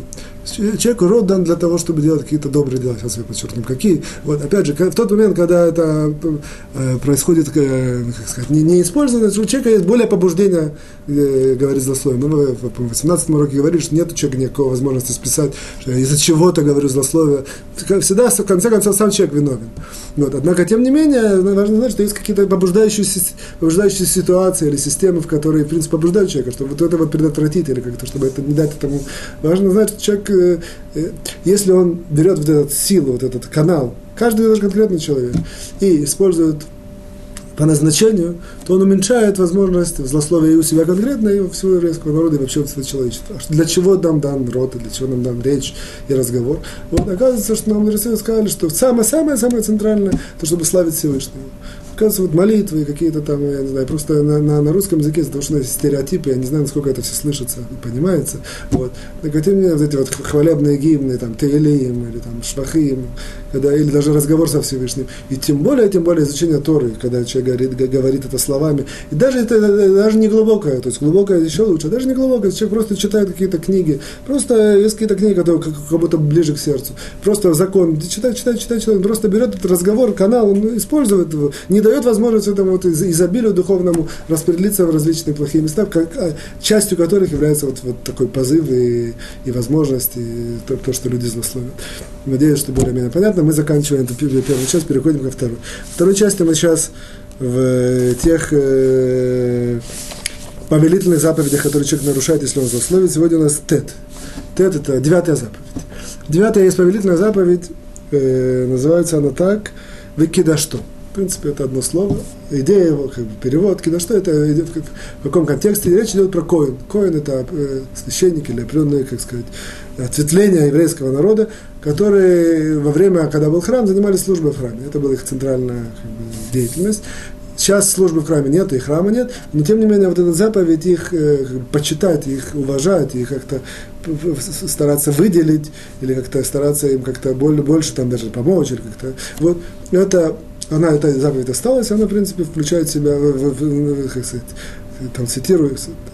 Человеку род дан для того, чтобы делать какие-то добрые дела. Сейчас я подчеркну, какие. Вот, опять же, в тот момент, когда это происходит, как сказать, не использовано, у человека есть более побуждение говорить злословие. Мы в 18 уроке говорили, что нет у человека никакой возможности списать, что из-за чего-то говорю злословие. Всегда, в конце концов, сам человек виновен. Вот. Однако, тем не менее, важно знать, что есть какие-то побуждающие ситуации или системы, в которые, в принципе, побуждают человека, чтобы вот это вот предотвратить, или как-то, чтобы это не дать этому. Важно знать, что человек, если он берет вот эту силу, вот этот канал, каждый даже конкретный человек, и использует по назначению, то он уменьшает возможность злословия и у себя конкретно, и у всего еврейского народа, и вообще у всего человечества. Для чего нам дан рот, для чего нам дан речь и разговор? Вот оказывается, что нам мудрецы сказали, что самое центральное, то, чтобы славить Всевышнего. Оказывается, вот молитвы какие-то там, я не знаю, просто на русском языке, потому что есть стереотипы, я не знаю, насколько это все слышится и понимается. Вот. Так вот, именно вот эти вот хвалебные гимны, там, Теилим, или там, Швахим, или даже разговор со Всевышним. И тем более изучение Торы, когда человек говорит это словами. И даже это даже не глубокое, то есть глубокое еще лучше, даже не глубокое, человек просто читает какие-то книги, просто есть какие-то книги, которые как будто ближе к сердцу. Просто закон, читает, он просто берет этот разговор, канал, он использует его, не дает возможность этому вот изобилию духовному распределиться в различные плохие места, частью которых является вот такой позыв и возможность, и то, что люди злословят. Надеюсь, что более-менее понятно. Мы заканчиваем эту первую часть, переходим ко второй. В второй части мы сейчас в тех повелительных заповедях, которые человек нарушает, если он злословит. Сегодня у нас Тет. Тет – это 9-я заповедь. 9-я есть повелительная заповедь, называется она так – «Выкидашто». В принципе, это одно слово. Идея его, как бы, перевод, кидашто, это в каком контексте? Речь идет про коэн. Коэн – это священник или определенное, как сказать, ответвление еврейского народа, которые во время, когда был храм, занимались службой в храме. Это была их центральная, как бы, деятельность. Сейчас службы в храме нет, и храма нет, но тем не менее вот эта заповедь их почитать, их уважать, их как-то стараться выделить, или как-то стараться им как-то больше там даже помочь, или как-то. Вот это, эта заповедь осталась, она в принципе включает в себя, как сказать, там цитирую,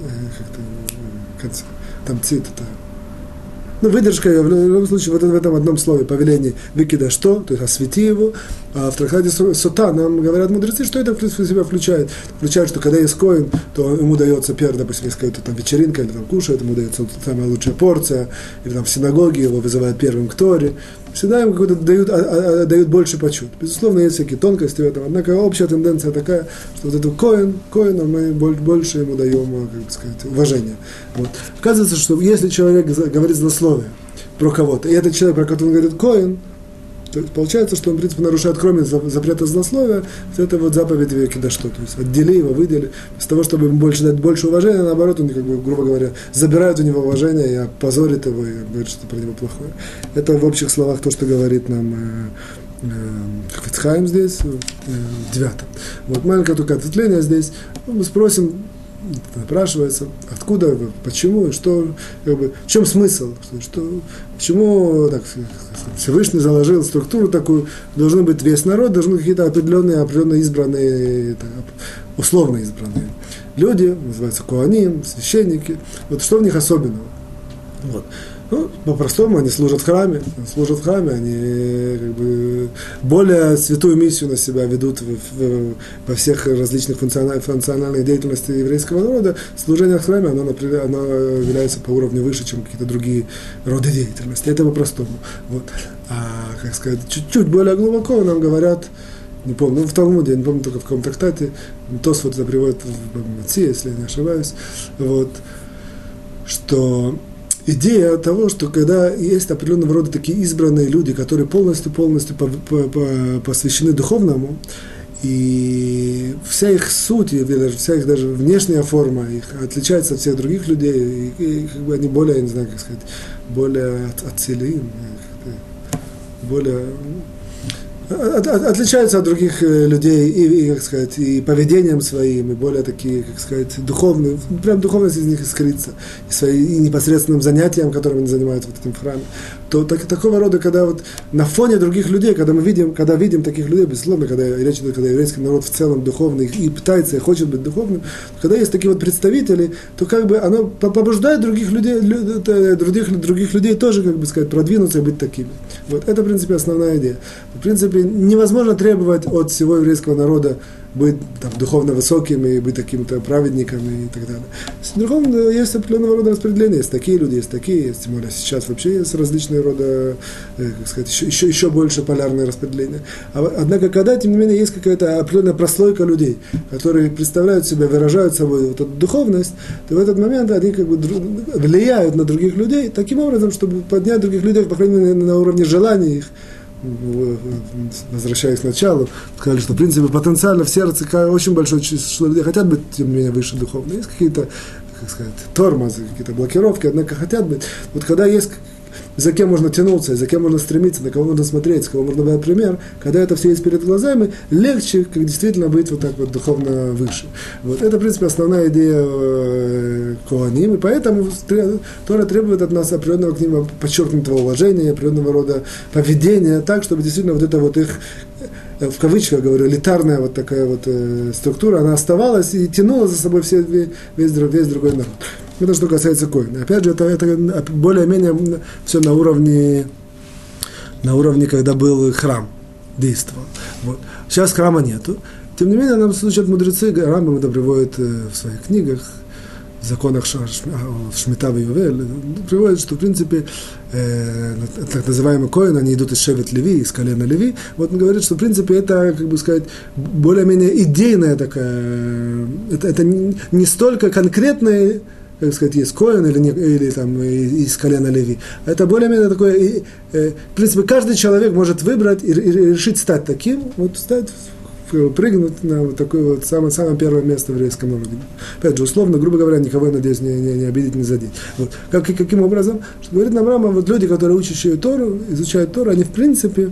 как-то, там цит, это. Ну, выдержка, в любом случае, вот в этом одном слове повеление выкида что, то есть освети его, а в трактате Сота нам говорят мудрецы, что это в себя включает. Включает, что когда есть коэн, то ему дается первое, допустим, если какая-то там вечеринка, или там кушает, ему дается самая лучшая порция, или там в синагоге его вызывают первым к Торе. Всегда ему какой-то дают больше почет. Безусловно, есть всякие тонкости в этом, однако общая тенденция такая, что вот эту коэна мы больше ему даем, как бы сказать, уважение. Вот. Оказывается, что если человек говорит злословие про кого-то, и этот человек, про которого он говорит коэн, то получается, что он, в принципе, нарушает, кроме запрета злословия, вот это вот заповедь выкидашто, то есть отдели его, выдели, вместо того, чтобы ему дать больше уважения, наоборот, он, как бы, грубо говоря, забирает у него уважение и опозорит его, и говорит, что про него плохое. Это в общих словах то, что говорит нам Хафец Хаим здесь, в 9. Вот маленькое только ответвление здесь. Мы спросим, напрашивается, откуда, почему, что, как бы, в чем смысл, почему так, Всевышний заложил структуру такую, должен быть весь народ, должны быть какие-то определенно избранные, условно избранные люди, называются коаним, священники, вот что в них особенного. Вот. Ну, по-простому, они служат в храме, они как бы более святую миссию на себя ведут во всех различных функциональных деятельностях еврейского народа. Служение в храме, оно является по уровню выше, чем какие-то другие роды деятельности. Это по-простому. Вот. А, как сказать, чуть-чуть более глубоко нам говорят, не помню, в Талмуде, я не помню только в каком трактате, Тосфот это приводит в Маци, если я не ошибаюсь, вот, что идея того, что когда есть определенного рода такие избранные люди, которые полностью посвящены духовному, и вся их суть, вся их даже внешняя форма их отличается от всех других людей, и как бы они более, я не знаю, как сказать, более отцелим, более отличаются от других людей и, как сказать, и поведением своим, и более такие, как сказать, духовные, прям духовность из них искрится, и непосредственным занятием, которым они занимаются в этом храме, то такого рода, когда вот на фоне других людей, когда видим таких людей, безусловно, когда речь идет, когда еврейский народ в целом духовный и пытается, и хочет быть духовным, когда есть такие вот представители, то как бы оно побуждает других людей тоже, как бы сказать, продвинуться и быть такими. Вот это, в принципе, основная идея. В принципе, невозможно требовать от всего еврейского народа быть там, духовно высоким и быть такими-то праведниками и так далее. В другом есть определенного рода распределение. Есть такие люди, есть такие, тем более сейчас вообще есть различные рода, как сказать, еще больше полярное распределение. Однако, когда, тем не менее, есть какая-то определенная прослойка людей, которые представляют себя, выражают собой вот эту духовность, то в этот момент они как бы влияют на других людей таким образом, чтобы поднять других людей, по крайней мере, на уровне желаний их. Возвращаясь к началу, сказали, что в принципе потенциально в сердце очень большое число людей хотят быть, тем не менее, выше духовно. Есть какие-то, как сказать, тормозы, какие-то блокировки, однако хотят быть. Вот когда есть, за кем можно тянуться, за кем можно стремиться, на кого можно смотреть, с кого можно брать пример, когда это все есть перед глазами, легче, как действительно быть вот так вот духовно выше. Вот это, в принципе, основная идея Коаним, и поэтому Тора требует от нас определенного к ним подчеркнутого уважения, определенного рода поведения, так, чтобы действительно вот это вот их, в кавычках говорю, элитарная вот такая вот структура, она оставалась и тянула за собой весь другой народ. Это что касается коина. Опять же, это более-менее все на уровне, когда был храм, действовал. Вот. Сейчас храма нету. Тем не менее, нам случают мудрецы, Рамбам это приводит в своих книгах, в законах Шмита и Ювель, приводит, что, в принципе, так называемые коины, они идут из Шевет Леви, из колена Леви. Вот он говорит, что, в принципе, это, как бы сказать, более-менее идейная такая, это не столько конкретная, как сказать, есть коэн или там из колена Леви. Это более-менее такое, в принципе, каждый человек может выбрать и решить стать таким, вот стать, прыгнуть на вот такое вот самое первое место в еврейском народе. Опять же, условно, грубо говоря, никого, я надеюсь, не обидеть, не задеть. Вот. Каким образом? Что говорит нам Рама, вот люди, которые учащие Тору, изучают Тору, они, в принципе,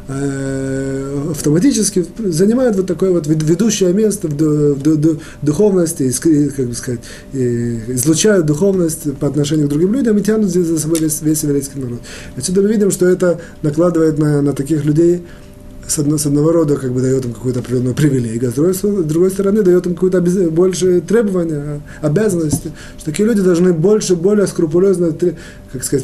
автоматически занимают вот такое вот ведущее место в духовности, как бы сказать, излучают духовность по отношению к другим людям и тянут за собой весь еврейский народ. Отсюда мы видим, что это накладывает на таких людей с одного рода как бы дает им какую-то определенную привилегию, а с другой стороны дает им какое-то больше требования, обязанности, что такие люди должны более скрупулезно, как сказать,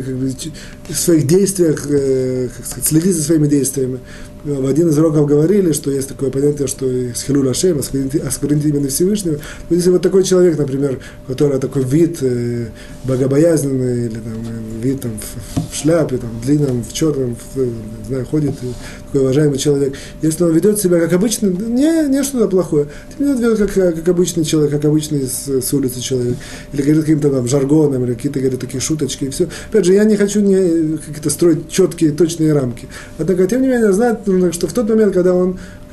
в своих действиях, как сказать, следить за своими действиями. В один из уроков говорили, что есть такое понятие, что есть хилуль Ашем, осквернить имя Всевышнего. Если вот такой человек, например, который такой вид богобоязненный, или там, вид там, в шляпе, там, длинном, в черном, не знаю, ходит, такой уважаемый человек, если он ведет себя как обычный, не что-то плохое, он ведет как обычный человек, как обычный с улицы человек, или говорит каким-то там жаргоном, или какие-то говорят, такие шуточки, и все. Опять же, я не хочу какие-то строить четкие, точные рамки. Однако, тем не менее, знать, что в тот момент, когда он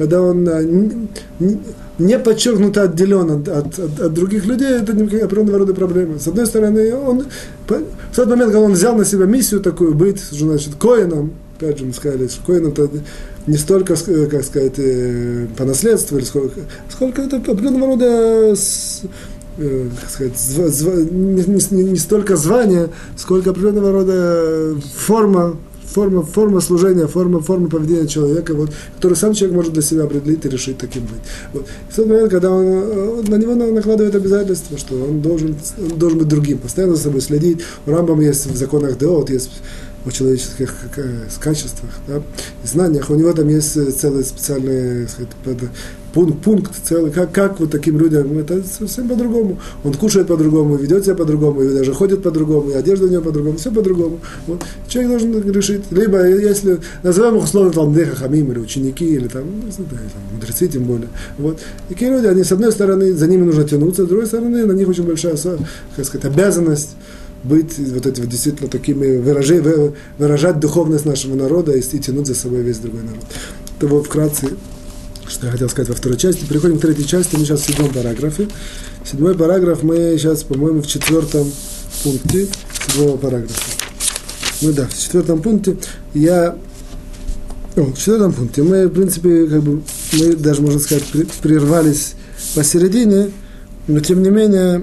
не подчеркнуто отделен от других людей, это определенного рода проблема. С одной стороны, в тот момент, когда он взял на себя миссию такую, быть, значит, коэном, опять же, мы сказали, что коэн это не столько, как сказать, по наследству, сколько это определенного рода, как сказать, не столько звание, сколько определенного рода форма служения, форма поведения человека, вот, который сам человек может для себя определить и решить таким быть. Вот. В тот момент, когда на него накладывает обязательство, что он должен быть другим, постоянно за собой следить. У Рамбама есть в законах Деот, есть о человеческих качествах, да, и знаниях, у него там есть целый специальный, сказать, пункт целый, как вот таким людям, это совсем по-другому. Он кушает по-другому, ведет себя по-другому, и даже ходит по-другому, и одежда у него по-другому, все по-другому. Вот. Человек должен решить, либо, если называем их условно Талмидей Хахамим, или ученики, или там, мудрецы тем более. Вот. Такие люди, они, с одной стороны, за ними нужно тянуться, с другой стороны, на них очень большая, как сказать, обязанность быть вот этими действительно такими, выражать духовность нашего народа и тянуть за собой весь другой народ. Это вот вкратце, что я хотел сказать во второй части. Переходим к третьей части, мы сейчас в 7 параграфе. 7 параграф мы сейчас, по-моему, в 4 пункте 7 параграфа. Мы, да, в 4 пункте я В четвертом пункте мы, в принципе, мы даже, можно сказать, прервались посередине, но тем не менее,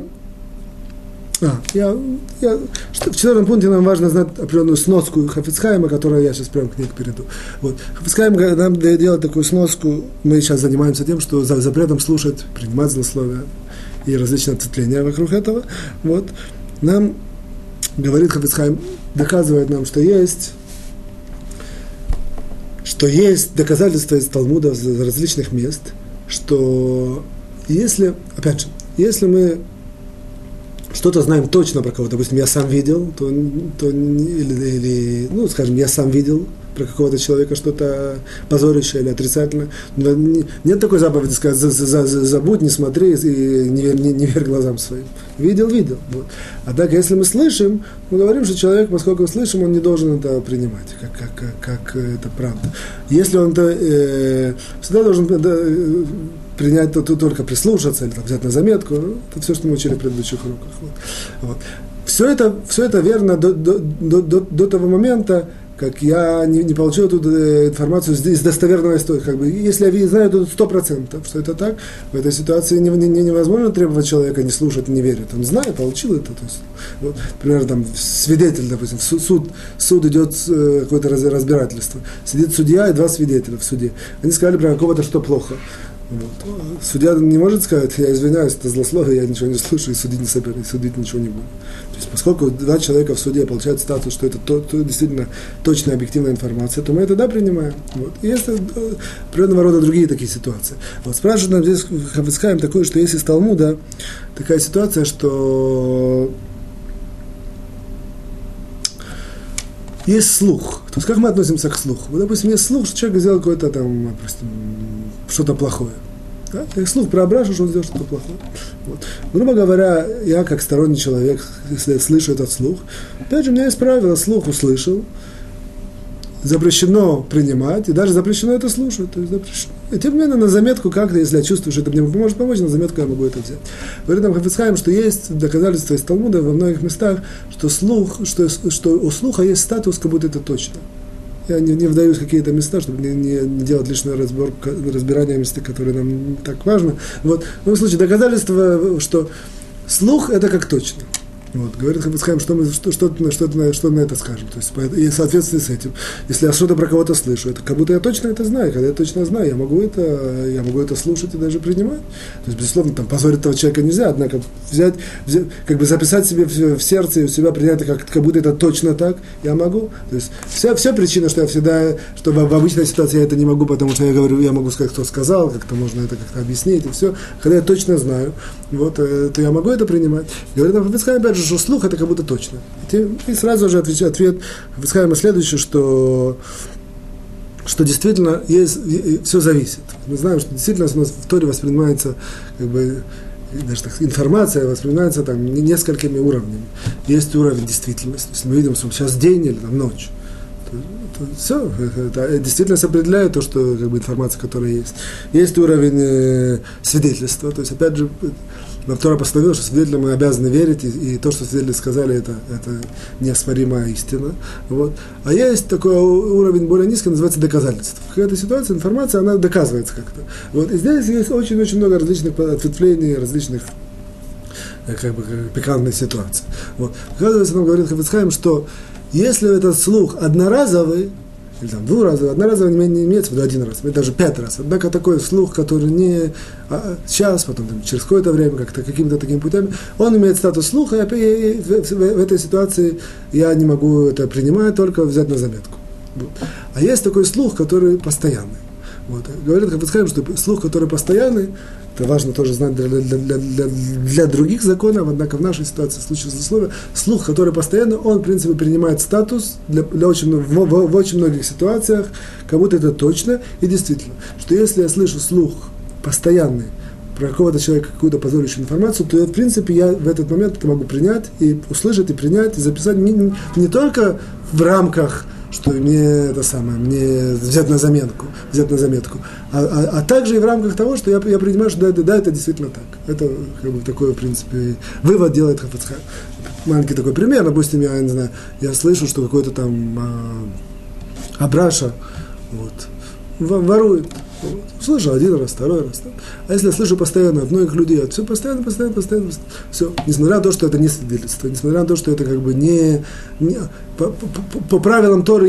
в четвертом пункте нам важно знать определенную сноску Хафец Хаима, которую я сейчас прямо к ней перейду. Вот. Хафец Хаим нам делает такую сноску, мы сейчас занимаемся тем, что запретом слушать, принимать злословия и различные ответвления вокруг этого. Вот. Нам говорит Хафец Хаим, доказывает нам, что есть доказательства из Талмуда, из различных мест, что если, опять же, если мы что-то знаем точно про кого-то, допустим, я сам видел, скажем, я сам видел про какого-то человека что-то позорящее или отрицательное. Нет такой заповеди сказать, забудь, не смотри и не верь глазам своим. Видел. Вот. А так, если мы слышим, мы говорим, что человек, поскольку слышим, он не должен это принимать, как это правда. Если он это всегда должен принять, то только прислушаться или взять на заметку. Это все, что мы учили в предыдущих уроках. Вот. Все это верно до того момента, как я не получил эту информацию из достоверного источника. Если я знаю то 100%, что это так, в этой ситуации невозможно требовать человека не слушать, не верить. Он знает, получил это. То есть, вот, например, там, свидетель, допустим, суд идет какое-то разбирательство. Сидит судья и два свидетеля в суде. Они сказали про кого-то, что плохо. Вот. Судья не может сказать, я извиняюсь, это злословие, я ничего не слушаю, и судить не собираюсь, судить ничего не буду. То есть, поскольку два человека в суде получают статус, что это действительно точная, объективная информация, то мы это принимаем. Вот. И есть определенного рода другие такие ситуации. Вот. Спрашивают нам здесь Хафец Хаим такое, что есть из Талмуда такая ситуация, что есть слух. То есть, как мы относимся к слуху? Вот, допустим, есть слух, что человек сделал какое-то там, допустим, что-то плохое. Да? И слух про Абрашу, что он сделал что-то плохое. Вот. Грубо говоря, я, как сторонний человек, если я слышу этот слух, опять же, у меня есть правило, слух услышал, запрещено принимать, и даже запрещено это слушать. То есть запрещено. И тем не менее, на заметку как-то, если я чувствую, что это мне может помочь, на заметку я могу это взять. Говорит нам Хафец Хаим, что есть доказательства из Талмуда во многих местах, что что у слуха есть статус, как будто это точно. Я не вдаюсь в какие-то места, чтобы не делать лишнее разбирание мест, которые нам так важно. Вот. В любом случае, доказательство, что слух это как точно. Вот, говорит Хафец Хаим, что на это скажем. То есть, и в соответствии с этим, если я что-то про кого-то слышу, это как будто я точно это знаю. Когда я точно знаю, я могу это слушать и даже принимать. То есть, безусловно, там, позорить этого человека нельзя, однако взять, как бы записать себе в сердце и у себя принять это как будто это точно так, я могу. То есть, вся причина, что я всегда, что в обычной ситуации я это не могу, потому что я говорю, я могу сказать, кто сказал, как-то можно это как-то объяснить, и все. Когда я точно знаю, вот, то я могу это принимать. Говорит Хафец Хаим, опять же, что слух это как будто точно. И сразу же ответ Хафец Хаима следующий, что действительно все зависит. Мы знаем, что действительно у нас в Торе воспринимается даже так, информация воспринимается там несколькими уровнями. Есть уровень действительности. Если мы видим, что сейчас день или там, ночь, то все, это действительность определяет то, что информация, которая есть. Есть уровень свидетельства, то есть опять же нам Тора постановила, что свидетелям мы обязаны верить, и то, что свидетели сказали, это неоспоримая истина. Вот. А есть такой уровень более низкий, называется доказательство. В какой-то ситуации информация, она доказывается как-то. Вот. И здесь есть очень-очень много различных ответвлений, различных пикантных ситуаций. Вот. Оказывается, нам говорит Хафец Хаим, что если этот слух одноразовый, или там двуразовый, одноразовый не имеется в виду один раз, даже 5 раз. Однако такой слух, который не сейчас, потом там, через какое-то время, как-то каким-то таким путем, он имеет статус слуха, и в этой ситуации я не могу это принимать, только взять на заметку. Вот. А есть такой слух, который постоянный. Вот. Говорит Хафец Хаим, что слух, который постоянный, это важно тоже знать для других законов, однако в нашей ситуации, в случае злословия, слух, который постоянно, он, в принципе, принимает статус в очень многих ситуациях, как будто это точно и действительно. Что если я слышу слух постоянный про какого-то человека, какую-то позорящую информацию, то, в принципе, я в этот момент это могу принять, и услышать, и принять, и записать не только в рамках, что мне мне взять на заметку, а также и в рамках того, что я принимаю, что да, это действительно так. Это такой, в принципе, вывод делает Хафец Хаим. Маленький такой пример, допустим, я не знаю, я слышу, что какой-то там Абраша, вот, ворует. Вот. Слышу один раз, второй раз. А если я слышу постоянно от многих людей, все постоянно, все, несмотря на то, что это не свидетельство, несмотря на то, что это как бы не по правилам Торы,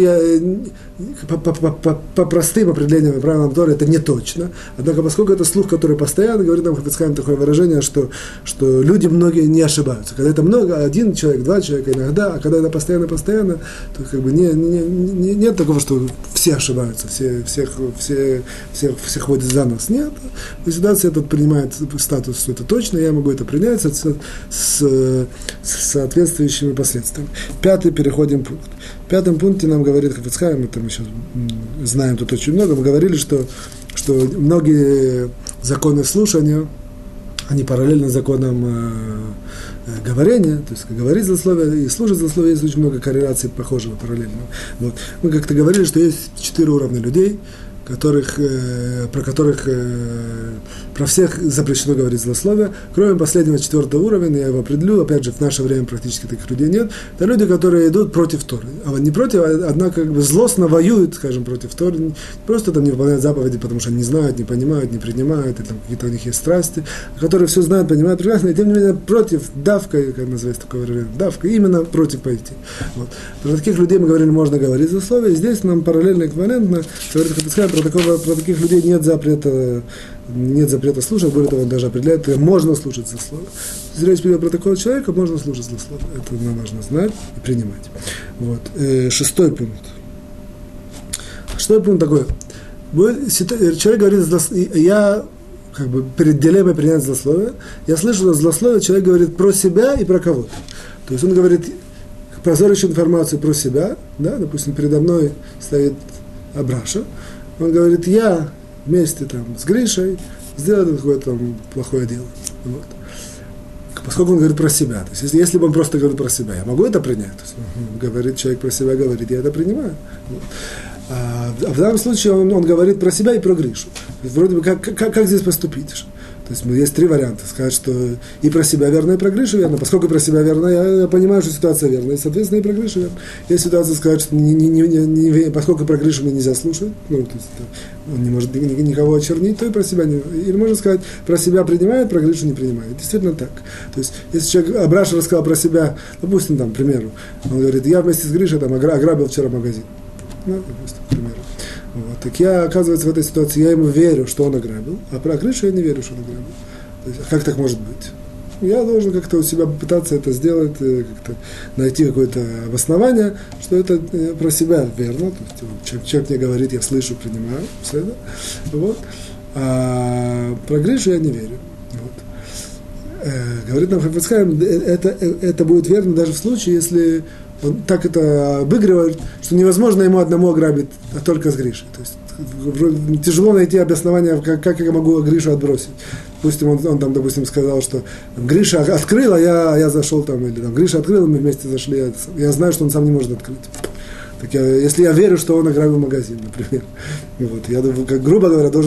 по простым определениям, по правилам Торы это не точно. Однако, поскольку это слух, который постоянно, говорит нам Хафец Хаим такое выражение, что люди многие не ошибаются. Когда это много, один человек, два человека иногда, а когда это постоянно, то как бы нет такого, что все ошибаются, всех ходят за нос. Нет. В ситуации этот принимает статус, что это точно, я могу это принять с соответствующими последствиями. Пятый, переходим пункт. В пятом пункте нам говорит Хафец Хаим, это мы сейчас знаем тут очень много, мы говорили, что многие законы слушания, они параллельны законам говорения, то есть говорить злословие и слушать злословие, есть очень много корреляций похожего, параллельного. Вот. Мы как-то говорили, что есть 4 уровня людей, про всех запрещено говорить злословие, кроме последнего 4 уровня, я его определю, опять же, в наше время практически таких людей нет, это люди, которые идут против Торы, не против, однако как бы злостно воюют, скажем, против Торы, не просто там не выполняют заповеди, потому что не знают, не понимают, не принимают, и там какие-то у них есть страсти, которые все знают, понимают прекрасно, и тем не менее против, давка, как называется такое выражение, давка, именно против пойти. Вот. Про таких людей мы говорили, можно говорить злословие, и здесь нам параллельно эквивалентно говорит Хафец Хаим, про таких людей нет запрета слушать, более того, он даже определяет, можно слушать злословие. Если речь идет про такого человека, можно слушать злословие. Это нам важно знать и принимать. Вот. 6 пункт. 6 пункт такой. Человек говорит, я как бы перед дилеммой принять злословие, я слышу злословие, человек говорит про себя и про кого-то. То есть он говорит позорящую информацию про себя, да, допустим, передо мной стоит Абраша, он говорит, я вместе там, с Гришей сделал какое-то там плохое дело. Вот. Поскольку он говорит про себя. То есть, если бы он просто говорил про себя, я могу это принять? То есть, говорит человек про себя, говорит, я это принимаю. Вот. А в данном случае он говорит про себя и про Гришу. Вроде бы, как здесь поступить? То есть есть 3 варианта. Сказать, что и про себя верно, и про Гришу верно. Поскольку про себя верно, я понимаю, что ситуация верна. И, соответственно, и про Гришу верно. Есть ситуация сказать, что поскольку про Гришу мне нельзя слушать, то есть, он не может никого очернить, то и про себя не... Или можно сказать, про себя принимает, про Гришу не принимает. Действительно так. То есть, если человек, Абраша рассказал про себя, допустим, там, к примеру, он говорит, я вместе с Гришей там, ограбил вчера магазин. Ну, допустим, к примеру. Вот. Так я, оказывается, в этой ситуации, я ему верю, что он ограбил, а про Гришу я не верю, что он ограбил. То есть, как так может быть? Я должен как-то у себя попытаться это сделать, как-то найти какое-то обоснование, что это про себя верно. То есть, человек мне говорит, я слышу, принимаю, все это. Вот. А про Гришу я не верю. Вот. Говорит нам Хафец Хаим, это будет верно даже в случае, если он так это обыгрывает, что невозможно ему одному ограбить, а только с Гришей. То есть тяжело найти обоснование, как я могу Гришу отбросить. Допустим, он там, допустим, сказал, что Гриша открыл, а я зашел там, или там, Гриша открыл, мы вместе зашли, я знаю, что он сам не может открыть. Так если я верю, что он ограбил магазин, например, вот, я, как, грубо говоря, должен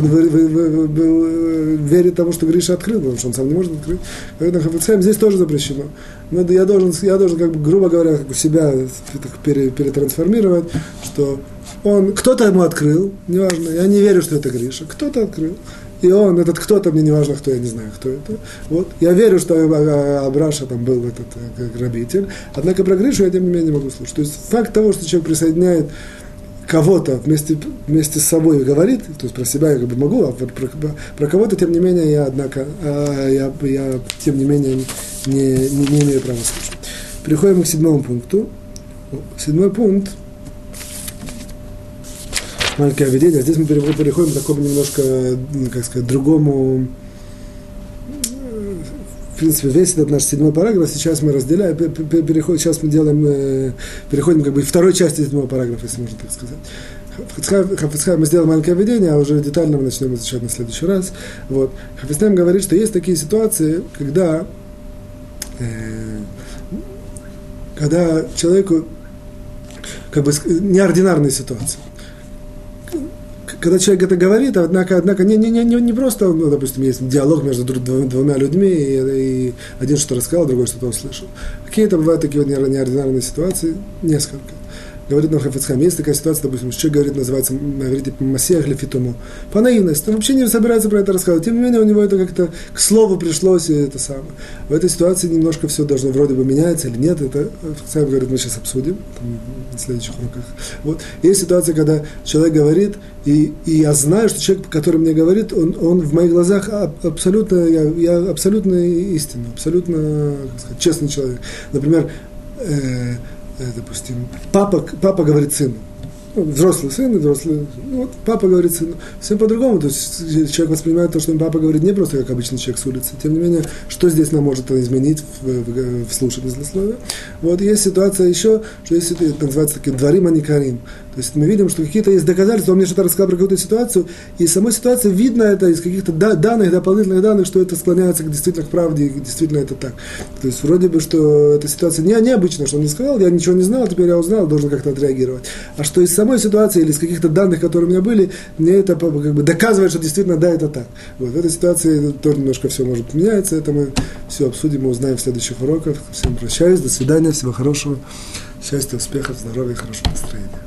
верить тому, что Гриша открыл, потому что он сам не может открыть. Поэтому Хафец Хаим здесь тоже запрещено. Но я должен как бы, грубо говоря, как у себя перетрансформировать, что кто-то ему открыл, неважно, я не верю, что это Гриша, кто-то открыл. И он, этот кто-то, мне не важно, кто, я не знаю, кто это. Вот. Я верю, что Абраша там был этот грабитель, однако про Гришу я, тем не менее, не могу слушать. То есть факт того, что человек присоединяет кого-то вместе с собой и говорит, то есть про себя я как бы могу, а про кого-то, тем не менее, я, тем не менее, не имею права слушать. Переходим к 7 пункту. 7 пункт. Маленькое введение. Здесь мы переходим к такому немножко, как сказать, другому. В принципе, весь этот наш 7 параграф сейчас мы разделяем. Сейчас мы переходим как бы к второй части 7 параграфа, если можно так сказать. Хафец Хаим, мы сделаем маленькое введение, а уже детально мы начнем изучать на следующий раз. Вот. Хафец Хаим говорит, что есть такие ситуации, когда человеку как бы неординарные ситуации. Когда человек это говорит, однако не просто, допустим, есть диалог между двумя людьми, и один что-то рассказал, другой что-то услышал. Какие-то бывают такие вот неординарные ситуации, несколько. говорит нам Хафец Хаим, есть такая ситуация, допустим, что человек говорит типа Масех Лефитому, по наивности, он вообще не собирается про это рассказывать, тем не менее у него это как-то к слову пришлось, и это самое. В этой ситуации немножко все должно вроде бы меняться или нет, это Хафец Хаим говорит, мы сейчас обсудим на следующих уроках. Вот. Есть ситуация, когда человек говорит, и я знаю, что человек, который мне говорит, он в моих глазах абсолютно, я абсолютно истинный, абсолютно, как сказать, честный человек. Например, допустим, папа говорит сыну, взрослый сын и взрослый, вот, папа говорит сыну, всем по-другому, то есть человек воспринимает то, что папа говорит, не просто как обычный человек с улицы, тем не менее, что здесь нам может изменить в слушании злословия. Вот есть ситуация еще, что есть, это называется таким дворим аникарим, то есть мы видим, что какие-то есть доказательства, он мне что-то рассказал про какую-то ситуацию, и из самой ситуации видно это из каких-то данных, дополнительных данных, что это склоняется действительно к правде, и действительно это так. То есть вроде бы, что эта ситуация необычна, что он мне сказал, я ничего не знал, теперь я узнал, должен как-то отреагировать. А что из самой ситуации или из каких-то данных, которые у меня были, мне это как бы доказывает, что действительно да, это так. Вот, в этой ситуации тоже немножко все может меняться, это мы все обсудим, мы узнаем в следующих уроках. Всем прощаюсь, до свидания, всего хорошего, счастья, успехов, здоровья, хорошего настроения.